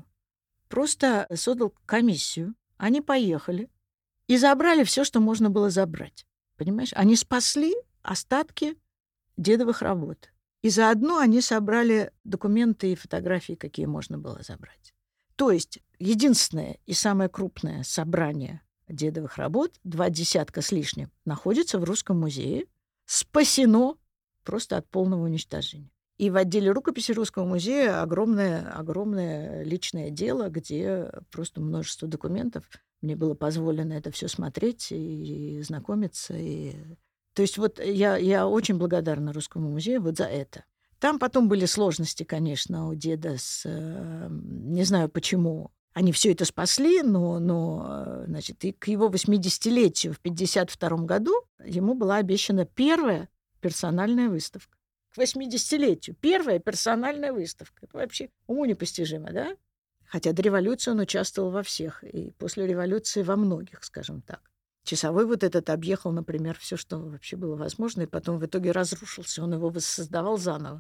просто создал комиссию. Они поехали и забрали все, что можно было забрать. Понимаешь? Они спасли остатки дедовых работ. И заодно они собрали документы и фотографии, какие можно было забрать. То есть единственное и самое крупное собрание дедовых работ, два десятка с лишним, находится в Русском музее, спасено просто от полного уничтожения. И в отделе рукописи Русского музея огромное, огромное личное дело, где просто множество документов. Мне было позволено это все смотреть и знакомиться. И... То есть вот я, я очень благодарна Русскому музею вот за это. Там потом были сложности, конечно, у деда с... э, Не знаю, почему они все это спасли, но, но значит, и к его восьмидесятилетию в пятьдесят втором году ему была обещана первая персональная выставка. К восьмидесятилетию. Первая персональная выставка. Это вообще уму непостижимо, да? Хотя до революции он участвовал во всех. И после революции во многих, скажем так. Часовой вот этот объехал, например, все, что вообще было возможно, и потом в итоге разрушился. Он его воссоздавал заново.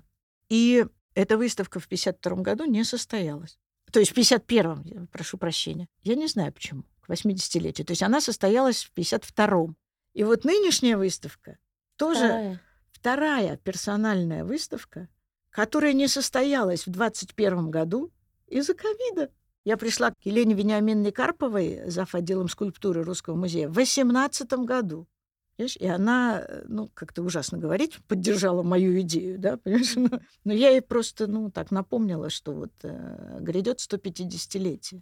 И эта выставка в пятьдесят втором году не состоялась. То есть в пятьдесят первом, я прошу прощения. Я не знаю почему. К восьмидесятилетию. То есть она состоялась в пятьдесят втором. И вот нынешняя выставка тоже... Вторая. Вторая персональная выставка, которая не состоялась в двадцать первом году из-за ковида. Я пришла к Елене Вениаминовне Карповой, зав. Отделом скульптуры Русского музея, в восемнадцатом году. Понимаешь? И она, ну, как-то ужасно говорить, поддержала мою идею, да, понимаешь? Но, но я ей просто, ну, так напомнила, что вот э, грядет сто пятидесятилетие.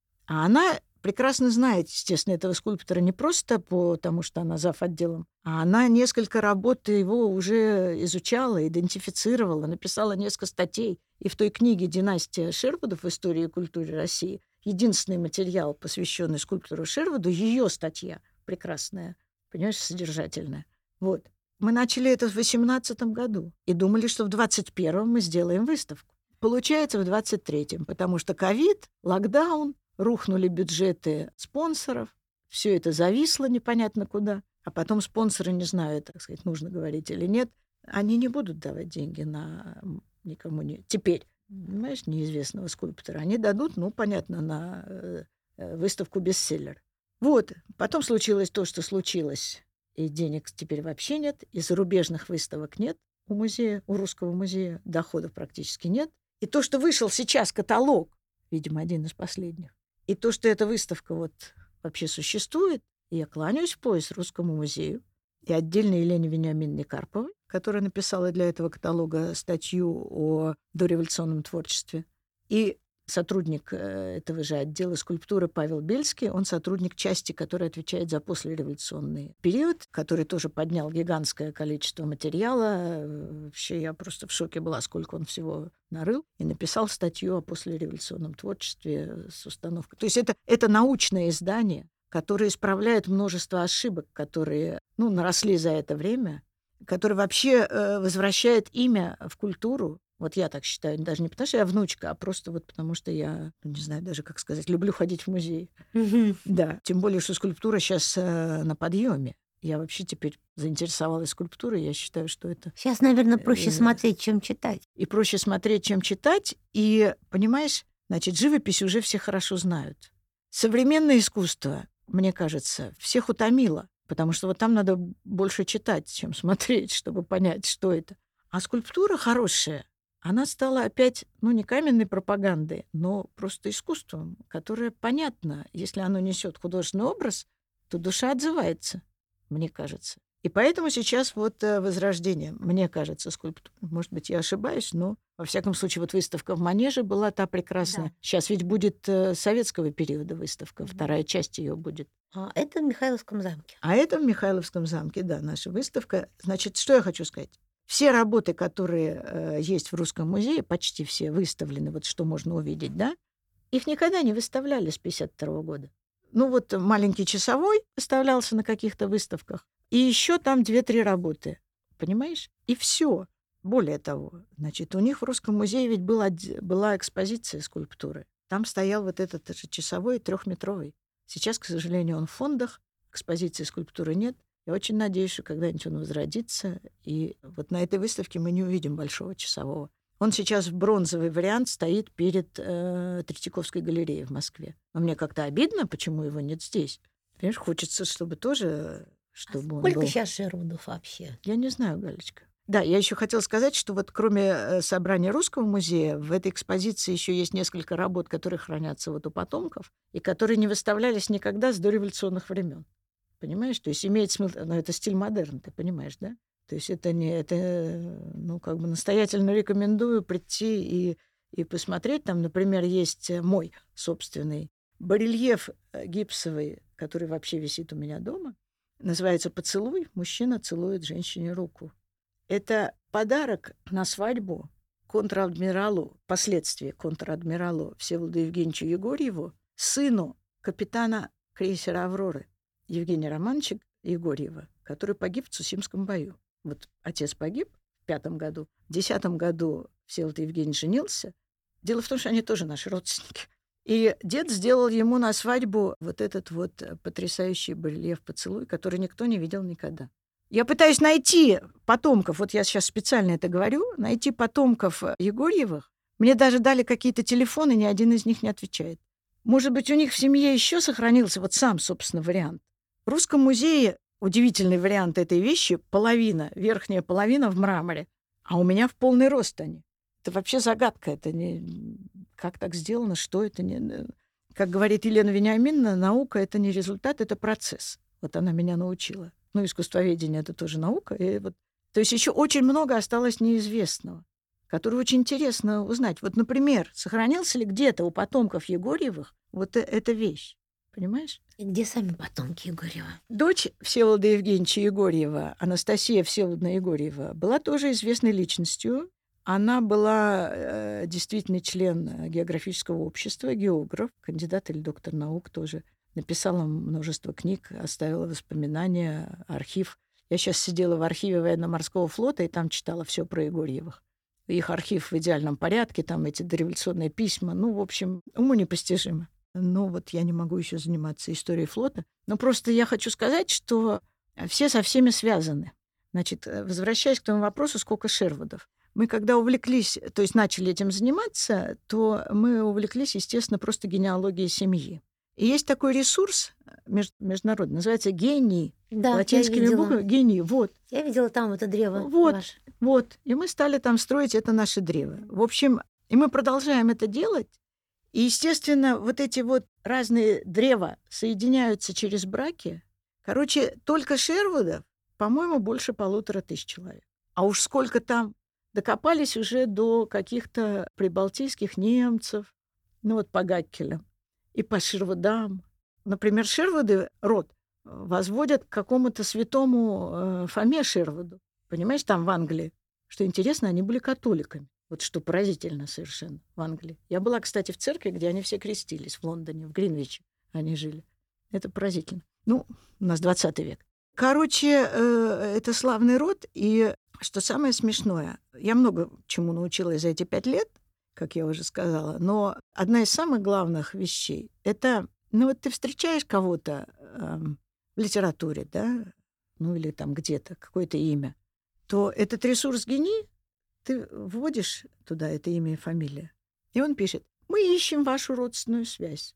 А она прекрасно знает, естественно, этого скульптора не просто потому, что она зав. Отделом, а она несколько работ его уже изучала, идентифицировала, написала несколько статей. И в той книге «Династия Шервудов в истории и культуре России» единственный материал, посвященный скульптору Шервуду, ее статья прекрасная, понимаешь, содержательная. Вот. Мы начали это в восемнадцатом году и думали, что в двадцать первом мы сделаем выставку. Получается, в двадцать третьем, потому что ковид, локдаун, рухнули бюджеты спонсоров, все это зависло непонятно куда, а потом спонсоры, не знаю, так сказать, нужно говорить или нет, они не будут давать деньги на никому не... Теперь, понимаешь, неизвестного скульптора. Они дадут, ну, понятно, на э, выставку бестселлер. Вот. Потом случилось то, что случилось. И денег теперь вообще нет, и зарубежных выставок нет у музея, у Русского музея. Доходов практически нет. И то, что вышел сейчас каталог, видимо, один из последних, и то, что эта выставка вот вообще существует, я кланяюсь в пояс Русскому музею и отдельно Елене Вениаминовне Карповой, которая написала для этого каталога статью о дореволюционном творчестве, и сотрудник этого же отдела скульптуры Павел Бельский, он сотрудник части, которая отвечает за послереволюционный период, который тоже поднял гигантское количество материала. Вообще я просто в шоке была, сколько он всего нарыл, и написал статью о послереволюционном творчестве с установкой. То есть это, это научное издание, которое исправляет множество ошибок, которые, ну, наросли за это время, которое вообще э, возвращает имя в культуру. Вот я так считаю, даже не потому, что я внучка, а просто вот потому, что я, ну, не знаю даже, как сказать, люблю ходить в музей. Мгм. Да, тем более, что скульптура сейчас э, на подъеме. Я вообще теперь заинтересовалась скульптурой, я считаю, что это Сейчас, наверное, проще э, смотреть, чем читать. и проще смотреть, чем читать. И, понимаешь, значит, живопись уже все хорошо знают. Современное искусство, мне кажется, всех утомило, потому что вот там надо больше читать, чем смотреть, чтобы понять, что это. А скульптура хорошая, она стала опять, ну, не каменной пропагандой, но просто искусством, которое понятно. Если оно несет художественный образ, то душа отзывается, мне кажется. И поэтому сейчас вот э, возрождение, мне кажется, скульптуры. Может быть, я ошибаюсь, но, во всяком случае, вот выставка в Манеже была та прекрасная. Да. Сейчас ведь будет э, советского периода выставка, Мгм. вторая часть ее будет. А это в Михайловском замке. А это в Михайловском замке, да, наша выставка. Значит, что я хочу сказать? Все работы, которые э, есть в Русском музее, почти все выставлены, вот что можно увидеть, да, их никогда не выставляли с пятьдесят второго года. Ну вот маленький часовой выставлялся на каких-то выставках, и еще там две-три работы, понимаешь? И все. Более того, значит, у них в Русском музее ведь была, была экспозиция скульптуры. Там стоял вот этот же часовой трехметровый. Сейчас, к сожалению, он в фондах, экспозиции скульптуры нет. Я очень надеюсь, что когда-нибудь он возродится. И вот на этой выставке мы не увидим большого часового. Он сейчас в бронзовый вариант стоит перед э, Третьяковской галереей в Москве. Но мне как-то обидно, почему его нет здесь. Понимаешь, хочется, чтобы тоже... Чтобы он Сколько был... сейчас Шервудов вообще? Я не знаю, Галечка. Да, я еще хотела сказать, что вот кроме э, собрания Русского музея, в этой экспозиции еще есть несколько работ, которые хранятся вот у потомков, и которые не выставлялись никогда с дореволюционных времен. Понимаешь? То есть имеет смысл... Но это стиль модерн, ты понимаешь, да? То есть это не... Это, э, ну, как бы настоятельно рекомендую прийти и, и посмотреть. Там, например, есть мой собственный барельеф э, гипсовый, который вообще висит у меня дома. Называется «Поцелуй». Мужчина целует женщине руку. Это подарок на свадьбу контр-адмиралу, впоследствии контр-адмиралу Всеволоду Евгеньевичу Егорьеву, сыну капитана крейсера «Авроры» Евгения Романовича Егорьева, который погиб в Цусимском бою. Вот отец погиб в пятом году. В десятом году Всеволод Евгеньевич женился. Дело в том, что они тоже наши родственники. И дед сделал ему на свадьбу вот этот вот потрясающий барельеф «Поцелуй», который никто не видел никогда. Я пытаюсь найти потомков, вот я сейчас специально это говорю, найти потомков Егорьевых. Мне даже дали какие-то телефоны, ни один из них не отвечает. Может быть, у них в семье еще сохранился вот сам, собственно, вариант. В Русском музее удивительный вариант этой вещи — половина, верхняя половина в мраморе, а у меня в полный рост они. Это вообще загадка. Это не... Как так сделано, что это не... Как говорит Елена Вениаминовна, наука — это не результат, это процесс. Вот она меня научила. Ну, искусствоведение — это тоже наука. И вот, то есть еще очень много осталось неизвестного, которое очень интересно узнать. Вот, например, сохранился ли где-то у потомков Егорьевых вот э- эта вещь? Понимаешь? И где сами потомки Егорьева? Дочь Всеволода Евгеньевича Егорьева, Анастасия Всеволодовна Егорьева, была тоже известной личностью. Она была э, действительно член э, географического общества, географ, кандидат или доктор наук тоже. Написала множество книг, оставила воспоминания, архив. Я сейчас сидела в архиве военно-морского флота и там читала все про Егорьевых. Их архив в идеальном порядке, там эти дореволюционные письма. Ну, в общем, уму непостижимо. Ну, вот я не могу еще заниматься историей флота. Но просто я хочу сказать, что все со всеми связаны. Значит, возвращаясь к тому вопросу, сколько Шервудов. Мы когда увлеклись, то есть начали этим заниматься, то мы увлеклись, естественно, просто генеалогией семьи. И есть такой ресурс меж- международный, называется «Гений». Да, я Латинскими видела. буквами «Гений». Вот, Я видела там это древо Вот. ваше. вот. И мы стали там строить это наше древо. В общем, и мы продолжаем это делать. И, естественно, вот эти вот разные древа соединяются через браки. Короче, только Шервудов, по-моему, больше полутора тысяч человек. А уж сколько там докопались уже до каких-то прибалтийских немцев, ну вот по Гаккелям и по Шервудам. Например, Шервуды род возводят к какому-то святому э, Фоме Шервуду. Понимаешь, там в Англии. Что интересно, они были католиками. Вот что поразительно совершенно в Англии. Я была, кстати, в церкви, где они все крестились, в Лондоне, в Гринвиче они жили. Это поразительно. Ну, у нас двадцатый век. Короче, э, это славный род. И что самое смешное, я много чему научилась за эти пять лет, как я уже сказала, но одна из самых главных вещей — это, ну вот ты встречаешь кого-то э, в литературе, да, ну или там где-то, какое-то имя, то этот ресурс гений ты вводишь туда это имя и фамилия, и он пишет: «Мы ищем вашу родственную связь».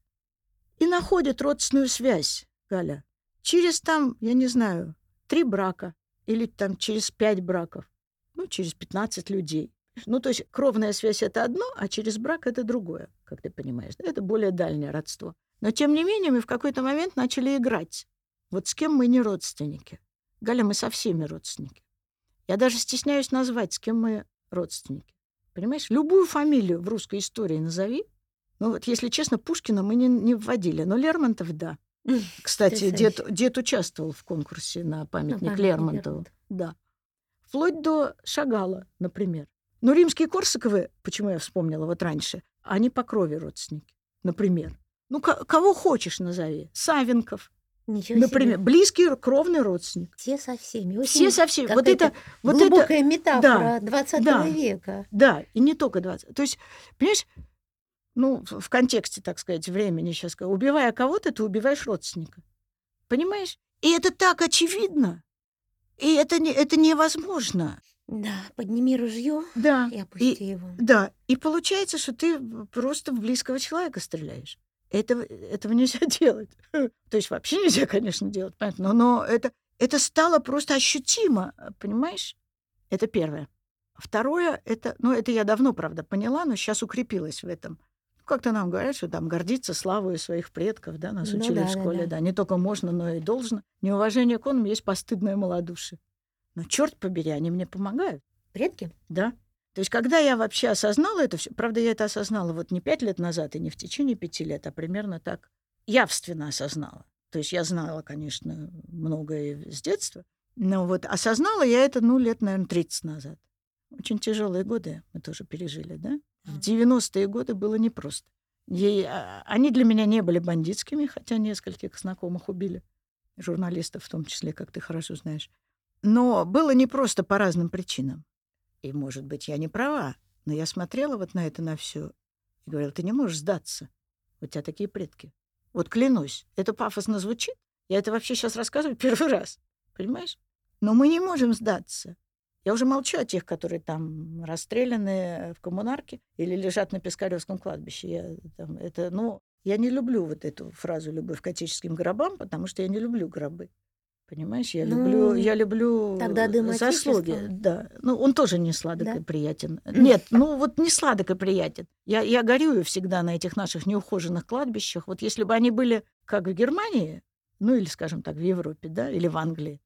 И находит родственную связь, Галя, через там, я не знаю, три брака или там через пять браков, ну, через пятнадцать людей. Ну, то есть кровная связь — это одно, а через брак — это другое, как ты понимаешь. Да? Это более дальнее родство. Но, тем не менее, мы в какой-то момент начали играть. Вот с кем мы не родственники. Галя, мы со всеми родственники. Я даже стесняюсь назвать, с кем мы родственники. Понимаешь? Любую фамилию в русской истории назови. Ну, вот, если честно, Пушкина мы не, не вводили, но Лермонтов — да. Кстати, дед, дед участвовал в конкурсе на памятник, памятник Лермонтову. Лермонтову. Да. Вплоть до Шагала, например. Но римские Корсаковы, почему я вспомнила вот раньше, они по крови родственники, например. Ну, к- кого хочешь назови. Савенков, Ничего например. себе. Близкий кровный родственник. Все со всеми. Очень Все со всеми. Вот какая-то это... Вот это глубокая метафора да, двадцатого да. века. да, и не только двадцать. То есть, понимаешь, ну, в в контексте, так сказать, времени сейчас скажу, убивая кого-то, ты убиваешь родственника. Понимаешь? И это так очевидно. И это, не, это невозможно. Да, подними ружье Да. и опусти И, его. да. И получается, что ты просто в близкого человека стреляешь. Этого, этого нельзя делать. То есть вообще нельзя, конечно, делать, понятно. Но, но это, это стало просто ощутимо, понимаешь? Это первое. Второе, это, ну, это я давно, правда, поняла, но сейчас укрепилась в этом. Как-то нам говорят, что там гордиться славой своих предков, да, нас Ну учили да, в да, школе, да. да. Не только можно, но и должно. Неуважение к онам есть постыдное малодушие. Но, черт побери, они мне помогают, Предки? да. То есть, когда я вообще осознала это все, правда, я это осознала вот не пять лет назад и не в течение пяти лет, а примерно так явственно осознала. То есть я знала, конечно, многое с детства, но вот осознала я это, ну, лет, наверное, тридцать назад. Очень тяжелые годы мы тоже пережили, да? В девяностые годы было непросто. Ей, а, они для меня не были бандитскими, хотя нескольких знакомых убили, журналистов в том числе, как ты хорошо знаешь. Но было непросто по разным причинам. И, может быть, я не права, но я смотрела вот на это, на все и говорила: ты не можешь сдаться. У тебя такие предки. Вот клянусь, это пафосно звучит. Я это вообще сейчас рассказываю первый раз. Понимаешь? Но мы не можем сдаться. Я уже молчу о тех, которые там расстреляны в коммунарке или лежат на Пискаревском кладбище. Я, там, это, ну, я не люблю вот эту фразу «любовь к отеческим гробам», потому что я не люблю гробы. Понимаешь, я Ну, люблю, я люблю тогда дым заслуги. Отечества. Да. Ну, он тоже не сладок Да? и приятен. Нет, ну вот не сладок и приятен. Я, я горюю всегда на этих наших неухоженных кладбищах. Вот если бы они были как в Германии, ну или, скажем так, в Европе, да, или в Англии,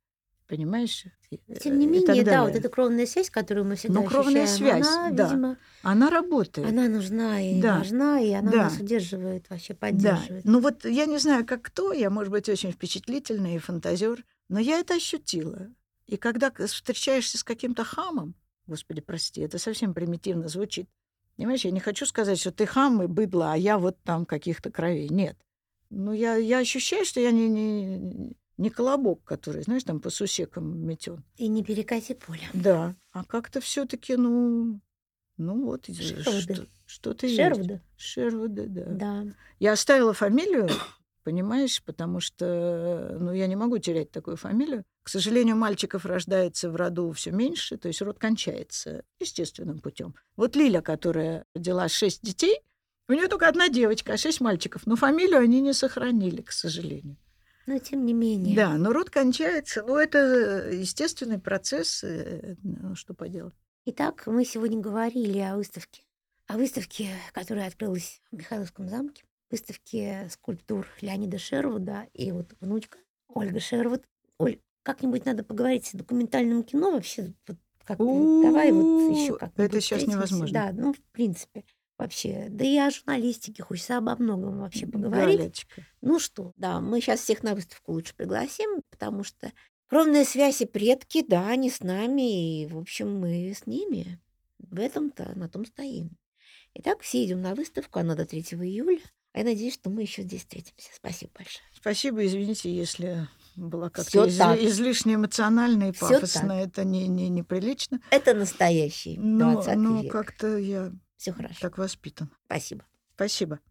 Понимаешь? И, Тем не и так менее, да, вот далее. эта кровная связь, которую мы всегда Ну, кровная ощущаем, связь, она, да. видимо, Она работает. она нужна и Да, важна, и она да. нас удерживает, вообще Да. поддерживает. Ну вот я не знаю, как кто, я, может быть, очень впечатлительный и фантазер, но я это ощутила. И когда к- встречаешься с каким-то хамом, господи, прости, это совсем примитивно звучит. Понимаешь, я не хочу сказать, что ты хам и быдло, а я вот там каких-то кровей. Нет. Ну, я, я ощущаю, что я не, не, не колобок, который, знаешь, там по сусекам метен. И не перекати поле. Да. А как-то все-таки, ну, ну вот, и Шервуды. что, что-то есть. Шервуды? Шервуды, да. Да. Я оставила фамилию, понимаешь, потому что, ну, я не могу терять такую фамилию. К сожалению, мальчиков рождается в роду все меньше, то есть род кончается естественным путем. Вот Лиля, которая родила шесть детей, у нее только одна девочка, а шесть мальчиков. Но фамилию они не сохранили, к сожалению. Но тем не менее. Да, но род кончается. Ну, это естественный процесс. э, Ну, что поделать. Итак, мы сегодня говорили о выставке. О выставке, которая открылась в Михайловском замке. Выставке скульптур Леонида Шервуда и вот внучка Ольга Шервуд. Оль, как-нибудь надо поговорить с документальным кино вообще. Вот как давай вот еще У, как-нибудь это сейчас встретимся. невозможно. Да, ну, в принципе, вообще. Да и о журналистике хочется обо многом вообще поговорить. Галечка. Ну что, да, мы сейчас всех на выставку лучше пригласим, потому что кровная связь и предки, да, они с нами, и, в общем, мы с ними. В этом-то, на том стоим. Итак, все идем на выставку, она до третьего июля. А я надеюсь, что мы еще здесь встретимся. Спасибо большое. Спасибо, извините, если была Всё как-то так. изли- излишне эмоционально и Всё пафосно. Это не, не, неприлично. Это настоящий Но, двадцатый но век. как-то я Все хорошо. так воспитан. Спасибо. Спасибо.